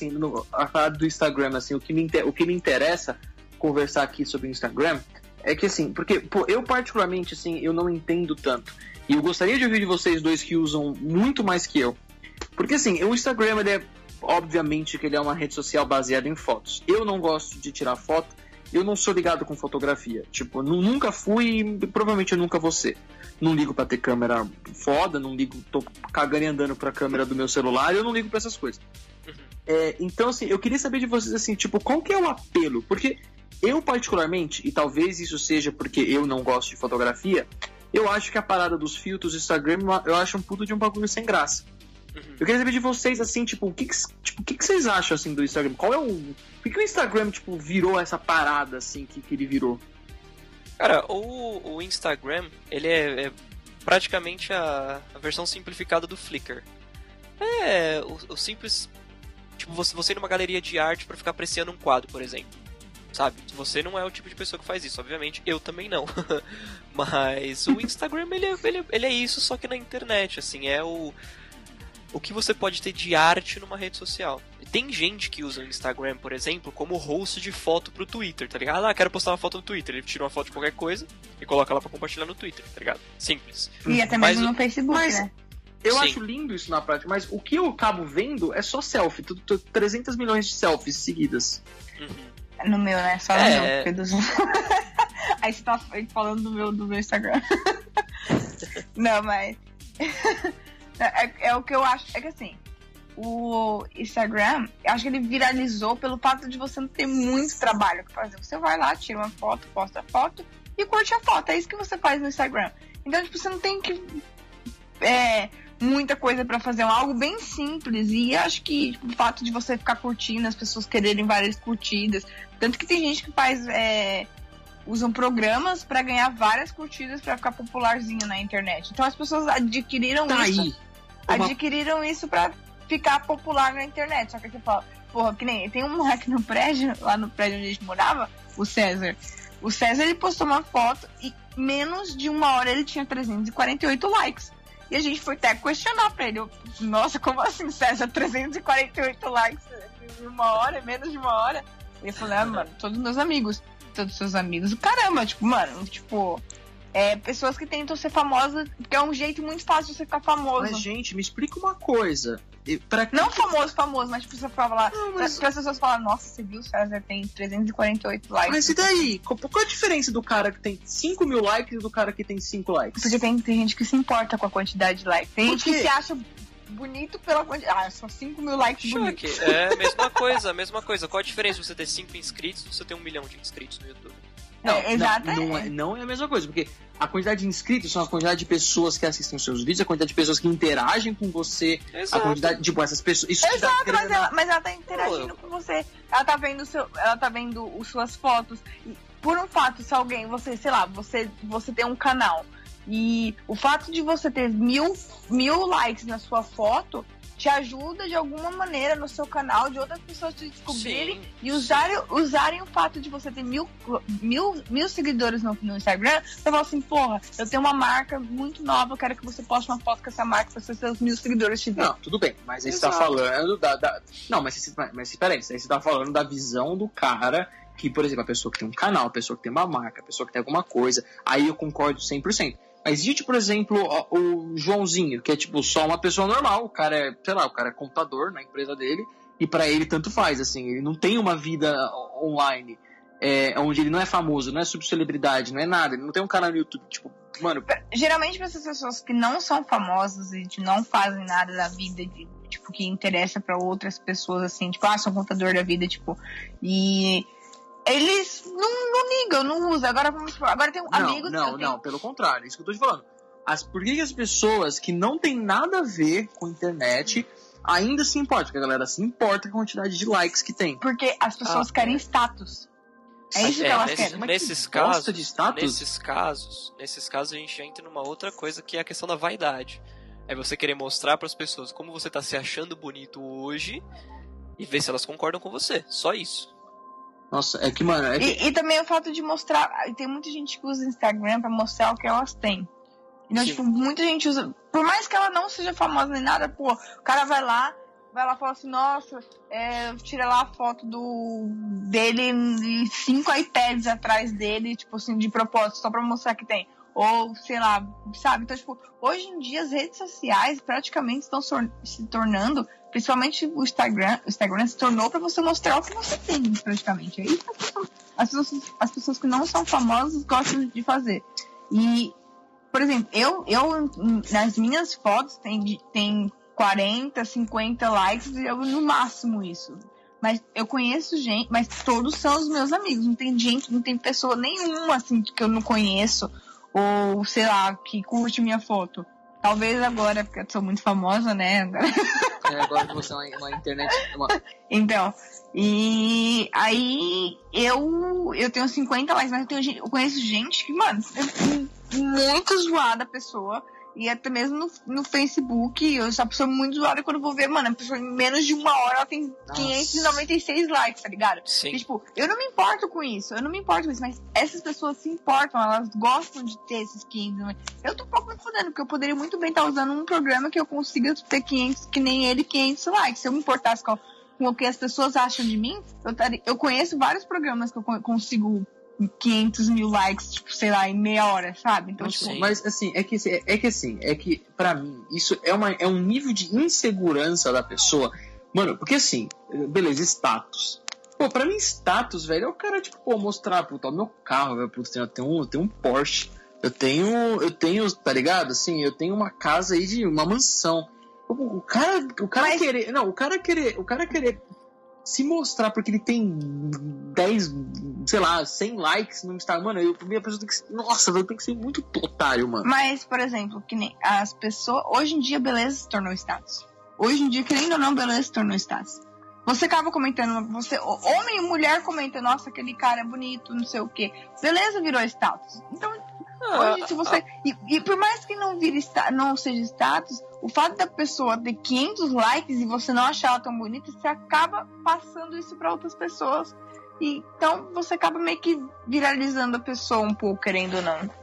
a parada do Instagram, assim, o que me interessa conversar aqui sobre o Instagram é que, assim, porque, eu particularmente, assim, eu não entendo tanto. E eu gostaria de ouvir de vocês dois que usam muito mais que eu. Porque, assim, o Instagram, obviamente que ele é uma rede social baseada em fotos. Eu não gosto de tirar foto, eu não sou ligado com fotografia. Tipo, nunca fui e provavelmente eu nunca vou ser. Não ligo pra ter câmera foda, não ligo, tô cagando e andando pra câmera do meu celular, eu não ligo pra essas coisas. Então, assim, eu queria saber de vocês, assim, tipo, qual que é o apelo? Porque eu, particularmente, e talvez isso seja porque eu não gosto de fotografia, eu acho que a parada dos filtros do Instagram, eu acho um puto de um bagulho sem graça. Eu queria saber de vocês, assim, tipo, o que vocês acham, assim, do Instagram? Por que o Instagram, tipo, virou essa parada, assim, que ele virou? Cara, o Instagram, ele é praticamente a versão simplificada do Flickr. É o simples... Tipo, você ir numa galeria de arte pra ficar apreciando um quadro, por exemplo. Sabe? Você não é o tipo de pessoa que faz isso, obviamente. Eu também não. Mas o Instagram, ele é isso, só que na internet, assim. É o que você pode ter de arte numa rede social. E tem gente que usa o Instagram, por exemplo, como host de foto pro Twitter, tá ligado? Quero postar uma foto no Twitter. Ele tira uma foto de qualquer coisa e coloca lá pra compartilhar no Twitter, tá ligado? Simples. E até mesmo no Facebook, né? Eu acho lindo isso na prática, mas o que eu acabo vendo é só selfie. 300 milhões de selfies seguidas. No meu, né? Só no meu. Porque Aí você tá falando do meu Instagram. Não, mas... É o que eu acho. É que assim, o Instagram, eu acho que ele viralizou pelo fato de você não ter muito trabalho pra fazer. Você vai lá, tira uma foto, posta a foto e curte a foto. É isso que você faz no Instagram. Então, tipo, você não tem que muita coisa pra fazer. É algo bem simples. E acho que tipo, o fato de você ficar curtindo, as pessoas quererem várias curtidas. Tanto que tem gente que faz... usam programas pra ganhar várias curtidas pra ficar popularzinho na internet. Então as pessoas adquiriram isso. Adquiriram isso pra ficar popular na internet. Só que você fala, porra, que nem tem um moleque no prédio, lá no prédio onde a gente morava, o César. O César, ele postou uma foto e menos de uma hora ele tinha 348 likes. E a gente foi até questionar pra ele. Nossa, como assim, César? 348 likes em uma hora, menos de uma hora? Ele falou, mano, todos meus amigos. Todos seus amigos. Caramba, tipo, mano, tipo... pessoas que tentam ser famosas, porque é um jeito muito fácil de você ficar famoso. Mas, gente, me explica uma coisa. Não famoso, mas tipo, você fala... Para as pessoas falarem, nossa, você viu, o César tem 348 likes. Mas e daí? Qual a diferença do cara que tem 5 mil likes e do cara que tem 5 likes? Porque tem gente que se importa com a quantidade de likes. Tem gente que se acha... bonito pela quantidade. São 5 mil likes bonitos. É a mesma coisa. Qual a diferença de você ter 5 inscritos e você ter 1 milhão de inscritos no YouTube? Exatamente. Não é a mesma coisa, porque a quantidade de inscritos são a quantidade de pessoas que assistem os seus vídeos, a quantidade de pessoas que interagem com você, Exato. a quantidade, tipo, essas pessoas... Isso Exato, mas ela tá interagindo com você. Ela tá vendo as suas fotos. E por um fato, se alguém, você, sei lá, você tem um canal e o fato de você ter 1000 likes na sua foto te ajuda de alguma maneira no seu canal, de outras pessoas te descobrirem e usarem o fato de você ter mil seguidores no Instagram pra falar assim, porra, eu tenho uma marca muito nova, eu quero que você poste uma foto com essa marca pra seus 1000 seguidores te verem. Não, tudo bem, mas aí você tá falando Não, mas peraí, aí você tá falando da visão do cara que, por exemplo, a pessoa que tem um canal, a pessoa que tem uma marca, a pessoa que tem alguma coisa, aí eu concordo 100%. Mas existe, por exemplo, o Joãozinho, que é tipo só uma pessoa normal, o cara é, sei lá, o cara é contador na empresa dele, e pra ele tanto faz, assim, ele não tem uma vida online, onde ele não é famoso, não é subcelebridade, não é nada, ele não tem um canal no YouTube, tipo, mano... Geralmente pra essas pessoas que não são famosas e não fazem nada da vida, tipo, que interessa pra outras pessoas, assim, tipo, sou contador da vida, tipo, e... Eles não ligam, não usam. Agora tem amigos... Não, pelo contrário, isso que eu tô te falando. Por que as pessoas que não tem nada a ver com a internet ainda se importam? Porque a galera se importa com a quantidade de likes que tem. Porque as pessoas querem status. É isso que elas querem. Nesses casos a gente entra numa outra coisa que é a questão da vaidade. É você querer mostrar pras pessoas como você tá se achando bonito hoje e ver se elas concordam com você. Só isso. Nossa, é que, mano... E também o fato de mostrar... Tem muita gente que usa Instagram pra mostrar o que elas têm. Então, tipo, muita gente usa... Por mais que ela não seja famosa nem nada, pô, o cara vai lá e fala assim, nossa, tira lá a foto dele e 5 iPads atrás dele, tipo assim, de propósito, só pra mostrar que tem. Ou, sei lá, sabe? Então, tipo, hoje em dia as redes sociais praticamente estão se tornando... Principalmente o Instagram se tornou pra você mostrar o que você tem, praticamente. É isso que as pessoas que não são famosas gostam de fazer. E, por exemplo, eu nas minhas fotos tem 40, 50 likes, no máximo isso. Mas eu conheço gente, mas todos são os meus amigos. Não tem pessoa nenhuma, assim, que eu não conheço, ou, sei lá, que curte minha foto. Talvez agora, porque eu sou muito famosa, né? Agora que você é uma internet... Então, e aí eu tenho 50 likes, mas eu conheço gente que, mano, é muito zoada a pessoa. E até mesmo no Facebook, eu sou uma pessoa muito zoada quando eu vou ver, mano, a pessoa em menos de uma hora ela tem 596 likes, tá ligado? Sim. E, tipo, eu não me importo com isso, mas essas pessoas se importam, elas gostam de ter esses 500. Eu tô um pouco me fudendo, porque eu poderia muito bem estar usando um programa que eu consiga ter 500, que nem ele, 500 likes. Se eu me importasse com o que as pessoas acham de mim, eu conheço vários programas que eu consigo 500 mil likes, tipo, sei lá, em meia hora, sabe? Então, tipo... Mas, assim, é que pra mim, isso é um nível de insegurança da pessoa. Mano, porque assim, beleza, status. Pô, pra mim, status, velho, é o cara, tipo, pô, mostrar, puta, o meu carro, velho, puta, eu tenho um Porsche, eu tenho, tá ligado? Assim, eu tenho uma casa aí de uma mansão. O cara Mas... querer... Não, o cara querer se mostrar porque ele tem 10, sei lá, 100 likes no Instagram, mano, a pessoa tem que... Nossa, velho, tem que ser muito otário, mano. Mas, por exemplo, que nem as pessoas... Hoje em dia, beleza se tornou status. Hoje em dia, querendo ou não, beleza se tornou status. Você acaba comentando, homem e mulher comenta, nossa, aquele cara é bonito, não sei o quê. Beleza, virou status. Então, hoje, se você... E por mais que não seja status, o fato da pessoa ter 500 likes e você não achar ela tão bonita, você acaba passando isso pra outras pessoas. E, então, você acaba meio que viralizando a pessoa um pouco, querendo ou não.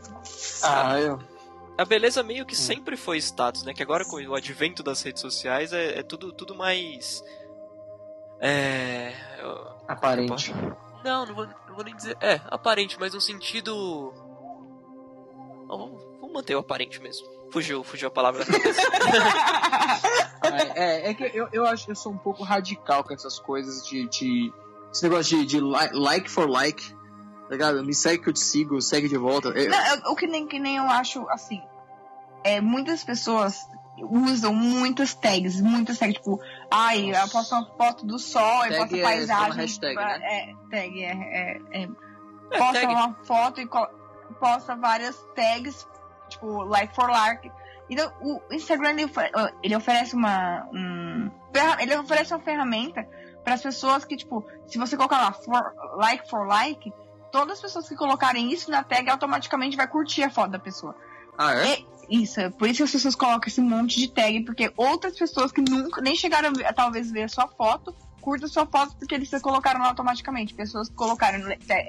A beleza meio que sempre foi status, né? Que agora com o advento das redes sociais é tudo mais... aparente. Não vou nem dizer... aparente, mas no sentido... Vamos manter o aparente mesmo. Fugiu a palavra da cabeça. É que eu acho que eu sou um pouco radical com essas coisas de esse negócio de like for like, tá ligado? Me segue que eu te sigo, segue de volta. Não, que nem eu acho, assim, muitas pessoas usam muitas tags, tipo, eu posto uma foto do sol, eu posto paisagem. Hashtag, né? Tag, posta tag. uma foto e posta várias tags, tipo, like for like. Então, o Instagram, ele oferece uma ferramenta para as pessoas que, tipo, se você colocar lá for like, todas as pessoas que colocarem isso na tag automaticamente vai curtir a foto da pessoa. Ah, é? Isso, por isso que as pessoas colocam esse monte de tag, porque outras pessoas que nunca nem chegaram a talvez ver a sua foto, curtam a sua foto porque eles colocaram lá automaticamente. Pessoas que colocaram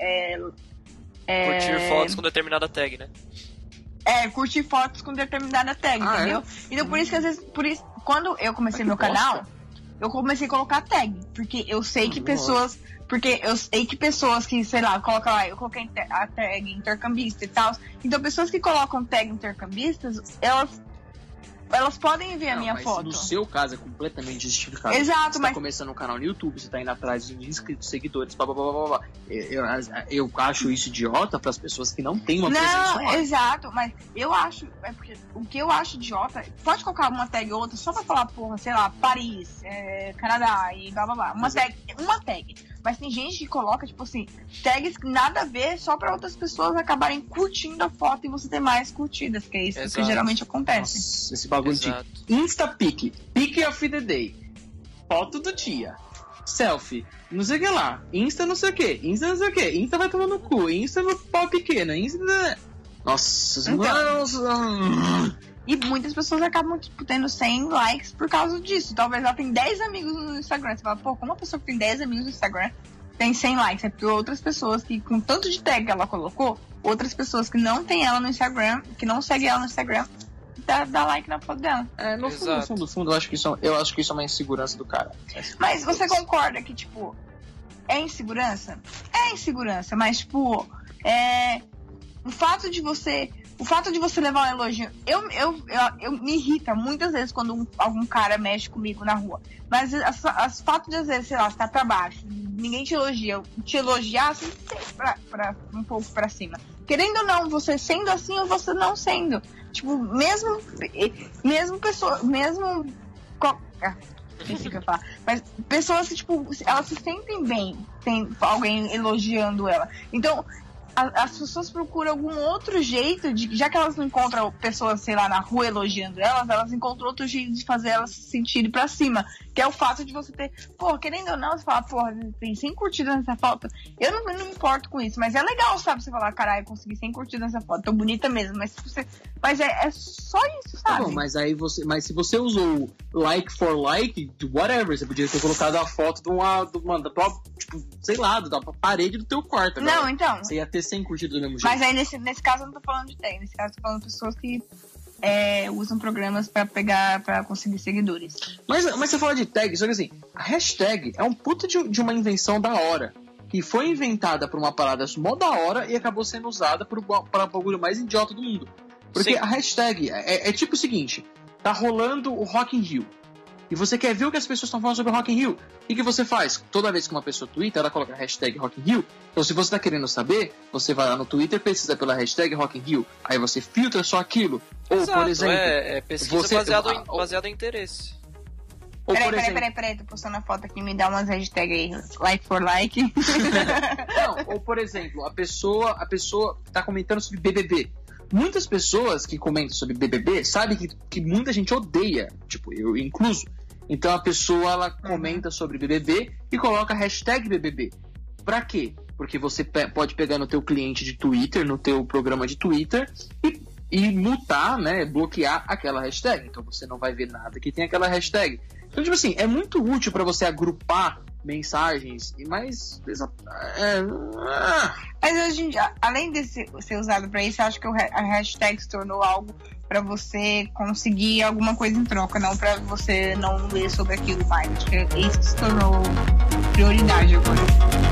Curtir fotos com determinada tag, né? Curtir fotos com determinada tag, entendeu? Então por isso que às vezes, quando eu comecei meu canal, eu comecei a colocar tag, porque eu sei que pessoas que, sei lá, coloca lá, eu coloquei a tag intercambista e tal. Então pessoas que colocam tag intercambistas, elas podem ver a minha foto. No seu caso é completamente justificado. Exato, você tá começando um canal no YouTube, você tá indo atrás de inscritos, seguidores, blá blá blá blá blá. Eu acho isso idiota para as pessoas que não têm uma presença online. Exato, mas eu acho, porque o que eu acho idiota, pode colocar uma tag ou outra só pra falar, porra, sei lá, Paris, Canadá e blá blá blá. Uma tag. Mas tem gente que coloca, tipo assim, tags que nada a ver só pra outras pessoas acabarem curtindo a foto e você ter mais curtidas, que é isso que geralmente acontece. Nossa, esse bagulho de Insta-pic, pic of the day, foto do dia, selfie, não sei o que lá, Insta não sei o que, Insta vai tomar no cu, Insta no pau pequeno, Insta... Nossa, mano... E muitas pessoas acabam, tipo, tendo 100 likes por causa disso. Talvez ela tenha 10 amigos no Instagram. Você fala, pô, como uma pessoa que tem 10 amigos no Instagram tem 100 likes? É porque outras pessoas que, com tanto de tag que ela colocou, outras pessoas que não tem ela no Instagram, que não seguem ela no Instagram, dá like na foto dela. No fundo, eu acho que isso é uma insegurança do cara. Mas você concorda que, tipo, é insegurança? É insegurança, mas, tipo, o fato de você levar um elogio, eu me irrita muitas vezes quando algum cara mexe comigo na rua. Mas as fato de, às vezes, sei lá, você tá pra baixo, ninguém te elogiar, você pra um pouco pra cima. Querendo ou não, você sendo assim ou você não sendo. Tipo, esqueci o que eu ia falar. Mas pessoas que, tipo, elas se sentem bem, tem alguém elogiando ela. Então, as pessoas procuram algum outro jeito de, já que elas não encontram pessoas, sei lá, na rua elogiando elas encontram outro jeito de fazer elas se sentirem pra cima, que é o fato de você ter, pô, querendo ou não, você fala, porra, tem 100 curtidas nessa foto, eu não me importo com isso, mas é legal, sabe, você falar, caralho, eu consegui 100 curtidas nessa foto, tô bonita mesmo, mas é só isso, sabe? Tá bom, mas se você usou like for like, whatever, você podia ter colocado a foto da tua, tipo, sei lá, da parede do teu quarto. Agora. Não, então. Você ia ter 100 curtidas do mesmo jeito. Mas aí nesse caso eu não tô falando de tag, nesse caso eu tô falando de pessoas que usam programas pra conseguir seguidores. Mas você fala de tag, só que assim, a hashtag é um puta de uma invenção da hora. Que foi inventada por uma parada mó da hora e acabou sendo usada para o bagulho mais idiota do mundo. Porque a hashtag é tipo o seguinte, tá rolando o Rock in Rio. E você quer ver o que as pessoas estão falando sobre o Rock in Rio. O que você faz? Toda vez que uma pessoa twitta, ela coloca a hashtag Rock in Rio. Então se você está querendo saber, você vai lá no Twitter, pesquisa pela hashtag Rock in Rio. Aí você filtra só aquilo. Ou, por exemplo... pesquisa baseado em interesse. Peraí, tô postando a foto aqui, me dá umas hashtags aí, like for like. Não, ou por exemplo, a pessoa tá comentando sobre BBB. Muitas pessoas que comentam sobre BBB sabem que muita gente odeia, tipo, eu incluso. Então a pessoa, ela comenta sobre BBB e coloca a hashtag BBB. Pra quê? Porque você pode pegar no teu cliente de Twitter, no teu programa de Twitter e mutar, né, bloquear aquela hashtag. Então você não vai ver nada que tem aquela hashtag. Então, tipo assim, é muito útil pra você agrupar mensagens, mas hoje em dia, além de ser usado pra isso, eu acho que a hashtag se tornou algo pra você conseguir alguma coisa em troca, não pra você não ler sobre aquilo mais. Acho que isso se tornou prioridade agora.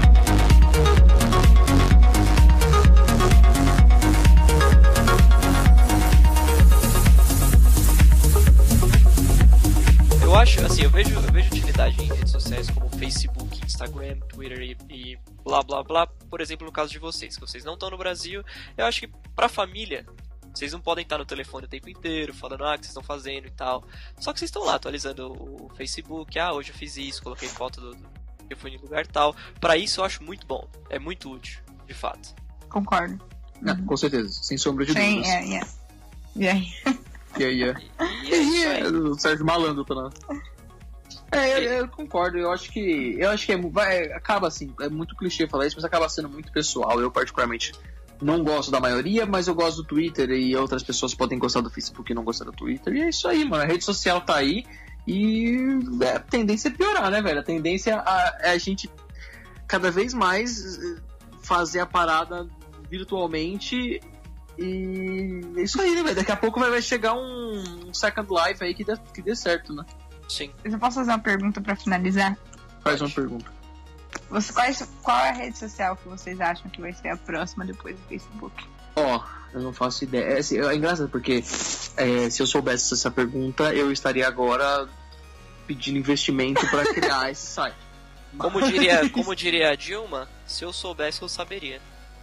Eu acho, assim, eu vejo utilidade em redes sociais como Facebook, Instagram, Twitter e blá blá blá. Por exemplo, no caso de vocês, que vocês não estão no Brasil, eu acho que pra família, vocês não podem estar no telefone o tempo inteiro, falando o que vocês estão fazendo e tal. Só que vocês estão lá atualizando o Facebook, hoje eu fiz isso, coloquei foto que eu fui em lugar tal. Pra isso eu acho muito bom, é muito útil. de fato. Concordo. Não, com certeza, sem sombra de Sim, dúvidas. E aí? E é isso aí. O Sérgio Malandro tá lá. Eu concordo, eu acho que acaba assim, é muito clichê falar isso, mas acaba sendo muito pessoal. Eu particularmente não gosto da maioria, mas eu gosto do Twitter e outras pessoas podem gostar do Facebook e não gostar do Twitter. E é isso aí, mano, a rede social tá aí e a tendência é piorar, né, velho? A tendência é a gente cada vez mais fazer a parada virtualmente. E é isso aí, né, velho? Daqui a pouco vai chegar um Second Life aí que dê certo, né? Sim. Eu posso fazer uma pergunta pra finalizar? Faz uma pergunta. Qual é a rede social que vocês acham que vai ser a próxima depois do Facebook? Eu não faço ideia. É engraçado porque se eu soubesse essa pergunta, eu estaria agora pedindo investimento pra criar esse site. Como diria a Dilma, se eu soubesse, eu saberia.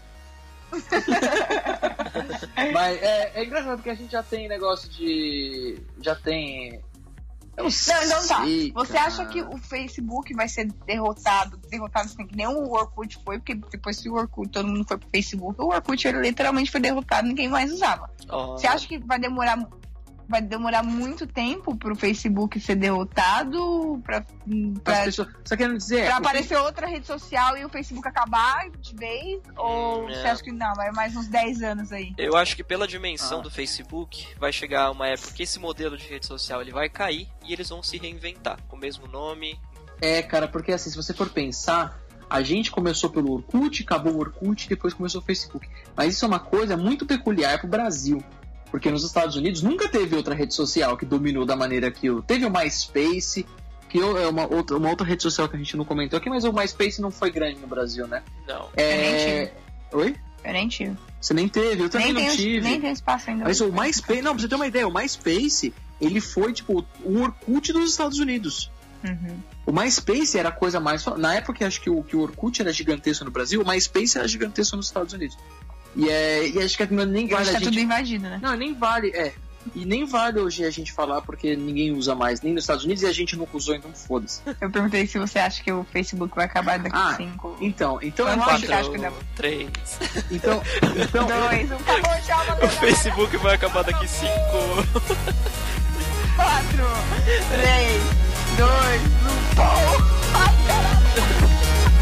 Mas é engraçado porque a gente já tem negócio de... Já tem... Não, então tá. Você cara. acha que o Facebook vai ser derrotado assim, que nem o Orkut foi, porque depois que o Orkut, todo mundo foi pro Facebook, o Orkut ele literalmente foi derrotado, ninguém mais usava. Você acha que vai demorar muito tempo pro Facebook ser derrotado, pra Só querendo dizer... Pra aparecer outra rede social e o Facebook acabar de vez? Ou você acha que não? Vai mais uns 10 anos aí? Eu acho que pela dimensão do Facebook, vai chegar uma época que esse modelo de rede social ele vai cair e eles vão se reinventar com o mesmo nome. Cara, porque assim, se você for pensar, a gente começou pelo Orkut, acabou o Orkut, depois começou o Facebook. Mas isso é uma coisa muito peculiar pro Brasil. Porque nos Estados Unidos nunca teve outra rede social que dominou da maneira que teve o MySpace, que é uma outra rede social que a gente não comentou aqui, mas o MySpace não foi grande no Brasil, né? Não. Eu nem tive. Oi? Eu nem tive. Você nem teve, eu também não tive. Nem tem espaço ainda. Mas o MySpace, não, pra você ter uma ideia, o MySpace, ele foi tipo o Orkut dos Estados Unidos. Uhum. O MySpace era a coisa mais... Na época, acho que o Orkut era gigantesco no Brasil, o MySpace era gigantesco nos Estados Unidos. E acho que nem vale a gente... tudo invadido, né? Não, nem vale, E nem vale hoje a gente falar porque ninguém usa mais, nem nos Estados Unidos, e a gente nunca usou, então foda-se. Eu perguntei se você acha que o Facebook vai acabar daqui a 5. Então eu não acho que acho que dá... 3. Então 2, acabou, tchau, galera. O Facebook vai acabar daqui 5. 4, 3, 2, 1, pô! Ai, caralho!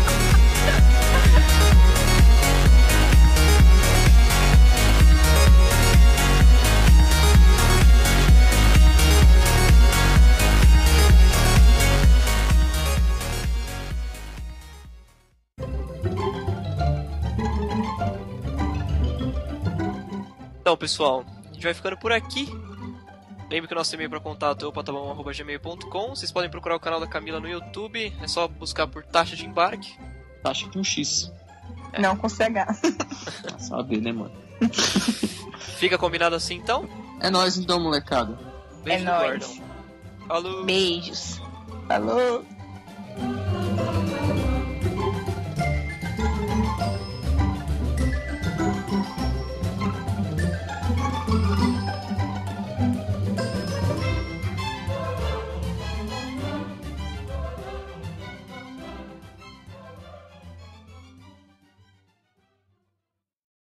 Então, pessoal, a gente vai ficando por aqui. Lembre que o nosso e-mail para contato é opatabão@gmail.com. Vocês podem procurar o canal da Camila no YouTube. É só buscar por Taxa de Embarque. Taxa com X. Não com CH. Sabe, né, mano? Fica combinado assim, então? É nóis então, molecada. Beijo do nóis. Gordon. Falou. Beijos. Falou.